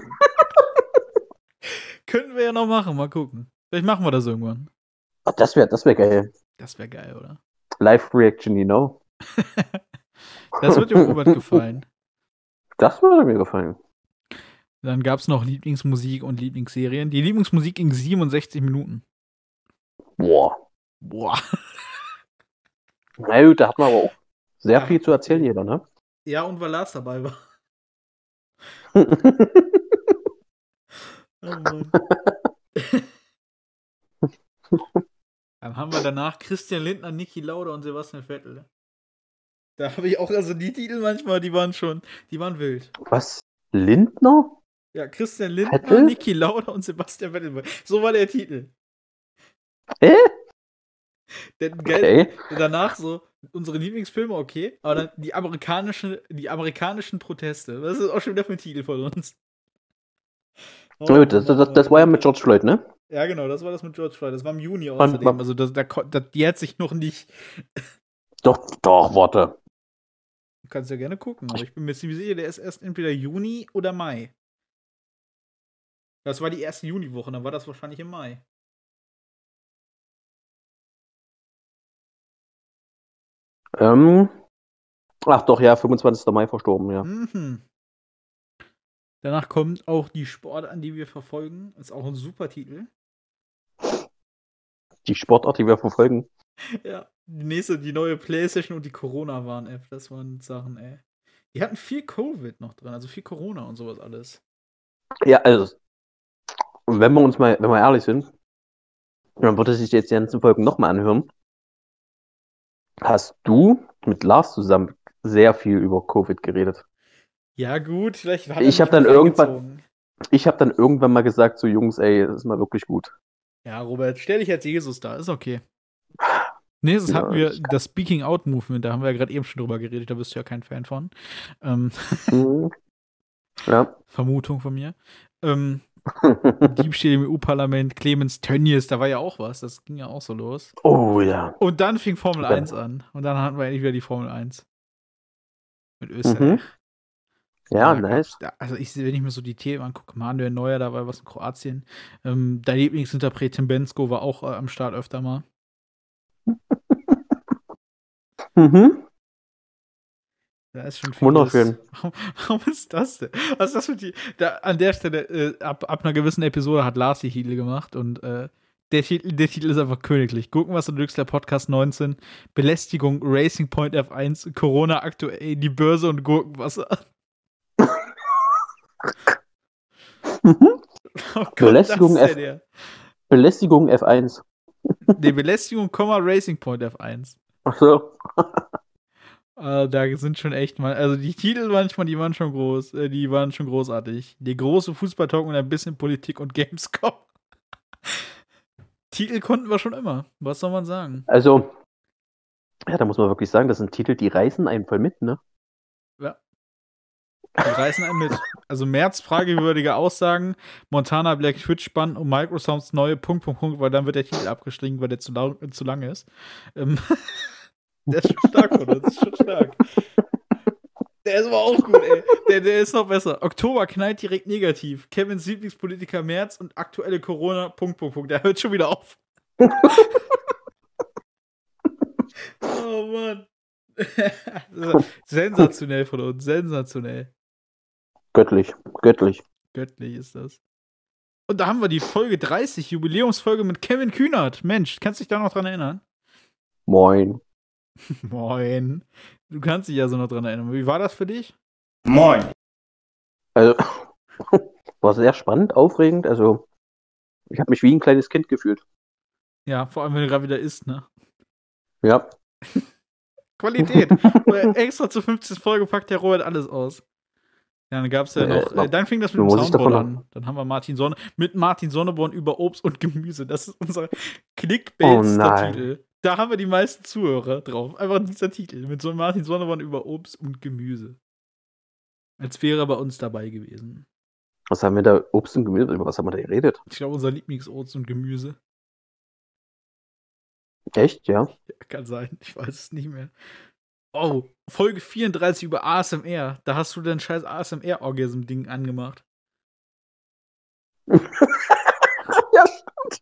Können wir ja noch machen, mal gucken. Vielleicht machen wir das irgendwann. Ach, das wär geil. Das wäre geil, oder? Live-Reaction, you know? Das wird dem Robert gefallen. Das würde mir gefallen. Dann gab es noch Lieblingsmusik und Lieblingsserien. Die Lieblingsmusik ging 67 Minuten. Boah. Boah. Na gut, da hat man aber auch sehr Ja. viel zu erzählen, jeder, ne? Ja, und weil Lars dabei war. Oh Mann. Dann haben wir danach Christian Lindner, Niki Lauda und Sebastian Vettel. Da habe ich auch, also die Titel manchmal, die waren wild. Was? Lindner? Ja, Christian Lindner, Vettel? Niki Lauda und Sebastian Vettel. So war der Titel. Denn, Okay. danach so unsere Lieblingsfilme, okay, aber dann die amerikanischen Proteste. Das ist auch schon wieder für ein Titel von uns. Oh, Das war ja mit George Floyd, ne? Ja, genau, das war das mit George Floyd. Das war im Juni außerdem. Also die hat sich noch nicht. Doch, warte. Du kannst ja gerne gucken, aber ich bin mir ziemlich sicher, der ist erst entweder Juni oder Mai. Das war die erste Juniwoche, dann war das wahrscheinlich im Mai. Ach doch, ja, 25. Mai verstorben, ja. Mhm. Danach kommt auch die Sportart, an die wir verfolgen. Ist auch ein super Titel. Die Sportart, die wir verfolgen. Ja, die neue Playstation und die Corona-Warn-App, das waren Sachen, ey. Die hatten viel Covid noch drin, also viel Corona und sowas alles. Ja, also, wenn wir ehrlich sind, dann würde sich jetzt die ganzen Folgen nochmal anhören. Hast du mit Lars zusammen sehr viel über Covid geredet? Ja, gut, vielleicht hat Ich er hab dann mich irgendwann- reingezogen. Ich habe dann irgendwann mal gesagt, so Jungs, ey, das ist mal wirklich gut. Ja, Robert, stell dich als Jesus da, ist okay. Nächstes hatten wir das Speaking Out Movement, da haben wir ja gerade eben schon drüber geredet, da bist du ja kein Fan von. Mhm. Ja. Vermutung von mir. Diebstahl im EU-Parlament, Clemens Tönnies, da war ja auch was, das ging ja auch so los. Oh ja. Und dann fing Formel Ja. 1 an. Und dann hatten wir endlich wieder die Formel 1. Mit Österreich. Ja, Da nice. gab's- Also wenn ich mir so die Themen angucke, Manuel Neuer, da war was in Kroatien. Dein Lieblingsinterpret Tim Bensko war auch am Start öfter mal. Mhm. Da ist schon Wunderschön. Warum ist das denn? Was ist das für die? An der Stelle, ab einer gewissen Episode hat Lars die Titel gemacht und der Titel ist einfach königlich. Gucken, was du drückst, der Podcast 19. Belästigung, Racing Point F1, Corona aktuell, die Börse und Gurkenwasser. Oh Gott, Belästigung, das ist der. Belästigung F1. Nee, Belästigung, Racing Point F1. Ach so. Da sind schon echt mal, also die Titel manchmal, die waren schon groß, die waren schon großartig. Der große Fußballtalk und ein bisschen Politik und Gamescom. Titel konnten wir schon immer. Was soll man sagen? Also, ja, da muss man wirklich sagen, das sind Titel, die reißen einen voll mit, ne? Ja. Die reißen einen mit. Also März fragewürdige Aussagen, Montana Black Twitch-Bann und Microsofts neue Punkt, weil dann wird der Titel abgestrichen, weil der zu lang ist. Der ist schon stark, oder? Das ist schon stark. Der ist aber auch gut, ey. Der ist noch besser. Oktober knallt direkt negativ. Kevins Lieblingspolitiker März und aktuelle Corona, Punkt. Der hört schon wieder auf. Oh Mann. Sensationell von uns. Sensationell. Göttlich. Göttlich ist das. Und da haben wir die Folge 30, Jubiläumsfolge mit Kevin Kühnert. Mensch, kannst du dich da noch dran erinnern? Moin. Moin. Du kannst dich ja so noch dran erinnern. Wie war das für dich? Moin. Also, war sehr spannend, aufregend. Also, ich habe mich wie ein kleines Kind gefühlt. Ja, vor allem, wenn du gerade wieder isst, ne? Ja. Qualität. Extra zur 50. Folge packt der Robert alles aus. Ja, dann gab's ja noch, dann fing das mit dem Soundboard an. Dann haben wir mit Martin Sonneborn über Obst und Gemüse. Das ist unser Clickbait-Titel. Da haben wir die meisten Zuhörer drauf. Einfach dieser Titel. Mit so Martin Sonneborn über Obst und Gemüse. Als wäre er bei uns dabei gewesen. Was haben wir da? Obst und Gemüse? Über was haben wir da geredet? Ich glaube, unser Lieblingsobst und Gemüse. Echt, ja? Ja, kann sein. Ich weiß es nicht mehr. Oh, Folge 34 über ASMR. Da hast du dein scheiß ASMR-Orgasm-Ding angemacht. Ja, stimmt.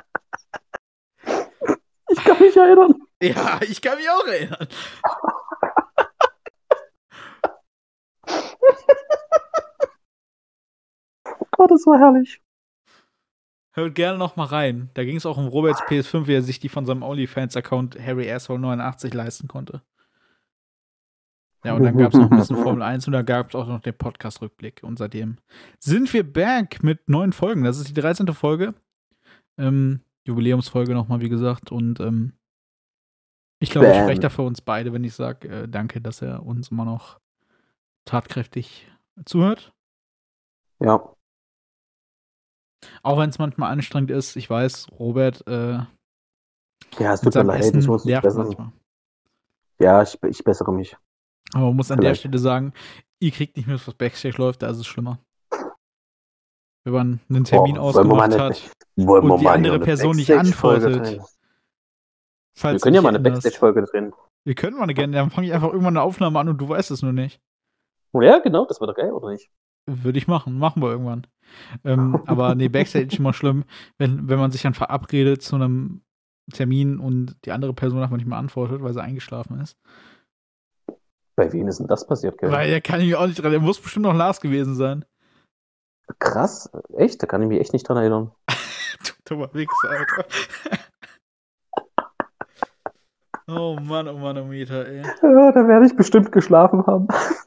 Ich kann mich erinnern. Ja, ich kann mich auch erinnern. Oh, das war herrlich. Hört gerne noch mal rein. Da ging es auch um Roberts PS5, wie er sich die von seinem OnlyFans-Account Harry Asshole 89 leisten konnte. Ja, und dann gab es noch ein bisschen Formel 1 und da gab es auch noch den Podcast-Rückblick. Und seitdem sind wir back mit neuen Folgen. Das ist die 13. Folge. Jubiläumsfolge nochmal, wie gesagt. Und ich glaube, ich spreche da für uns beide, wenn ich sage, danke, dass er uns immer noch tatkräftig zuhört. Ja. Auch wenn es manchmal anstrengend ist. Ich weiß, Robert, ja, es tut mir leid, ich muss mich bessern. Ja, ich bessere mich. Aber man muss an der Stelle sagen, ihr kriegt nicht mehr, was Backstage läuft, da ist es schlimmer. Wenn man einen Termin ausgemacht hat und die andere Person nicht antwortet. Wir können ja mal eine Backstage-Folge drehen. Wir können mal gerne, dann fange ich einfach irgendwann eine Aufnahme an und du weißt es nur nicht. Ja, genau, das war doch geil, oder nicht? Würde ich machen wir irgendwann. Aber nee, Backstage ist immer schlimm, wenn man sich dann verabredet zu einem Termin und die andere Person einfach nicht mehr antwortet, weil sie eingeschlafen ist. Bei wem ist denn das passiert, Kevin? Weil der kann ich mich auch nicht dran. Der muss bestimmt noch Lars gewesen sein. Krass, echt? Da kann ich mich echt nicht dran erinnern. Du dummer Wichser, Alter. Oh Mann, oh Meter, ey. Ja, da werde ich bestimmt geschlafen haben.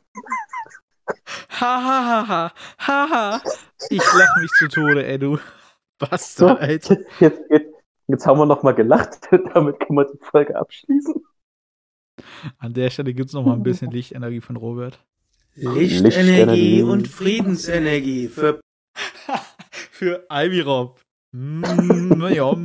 Hahaha. Ich lach mich zu Tode, ey, du Bastard, So, Alter. jetzt haben wir noch mal gelacht. Damit kann man die Folge abschließen. An der Stelle gibt es noch mal ein bisschen Lichtenergie von Robert. Lichtenergie und Friedensenergie für Ivy Rob. Ja.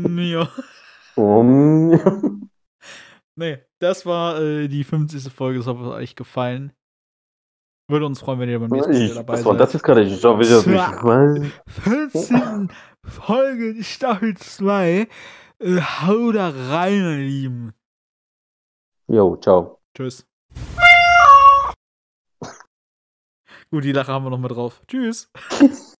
Nee, das war die 50. Folge. Das hat euch gefallen. Würde uns freuen, wenn ihr beim nächsten Mal wieder dabei seid. Was war das jetzt gerade? Ich hoffe, ich nicht. 15. Folge Staffel 2. Hau da rein, meine Lieben. Jo, ciao. Tschüss. Gut, die Lache haben wir noch mal drauf. Tschüss.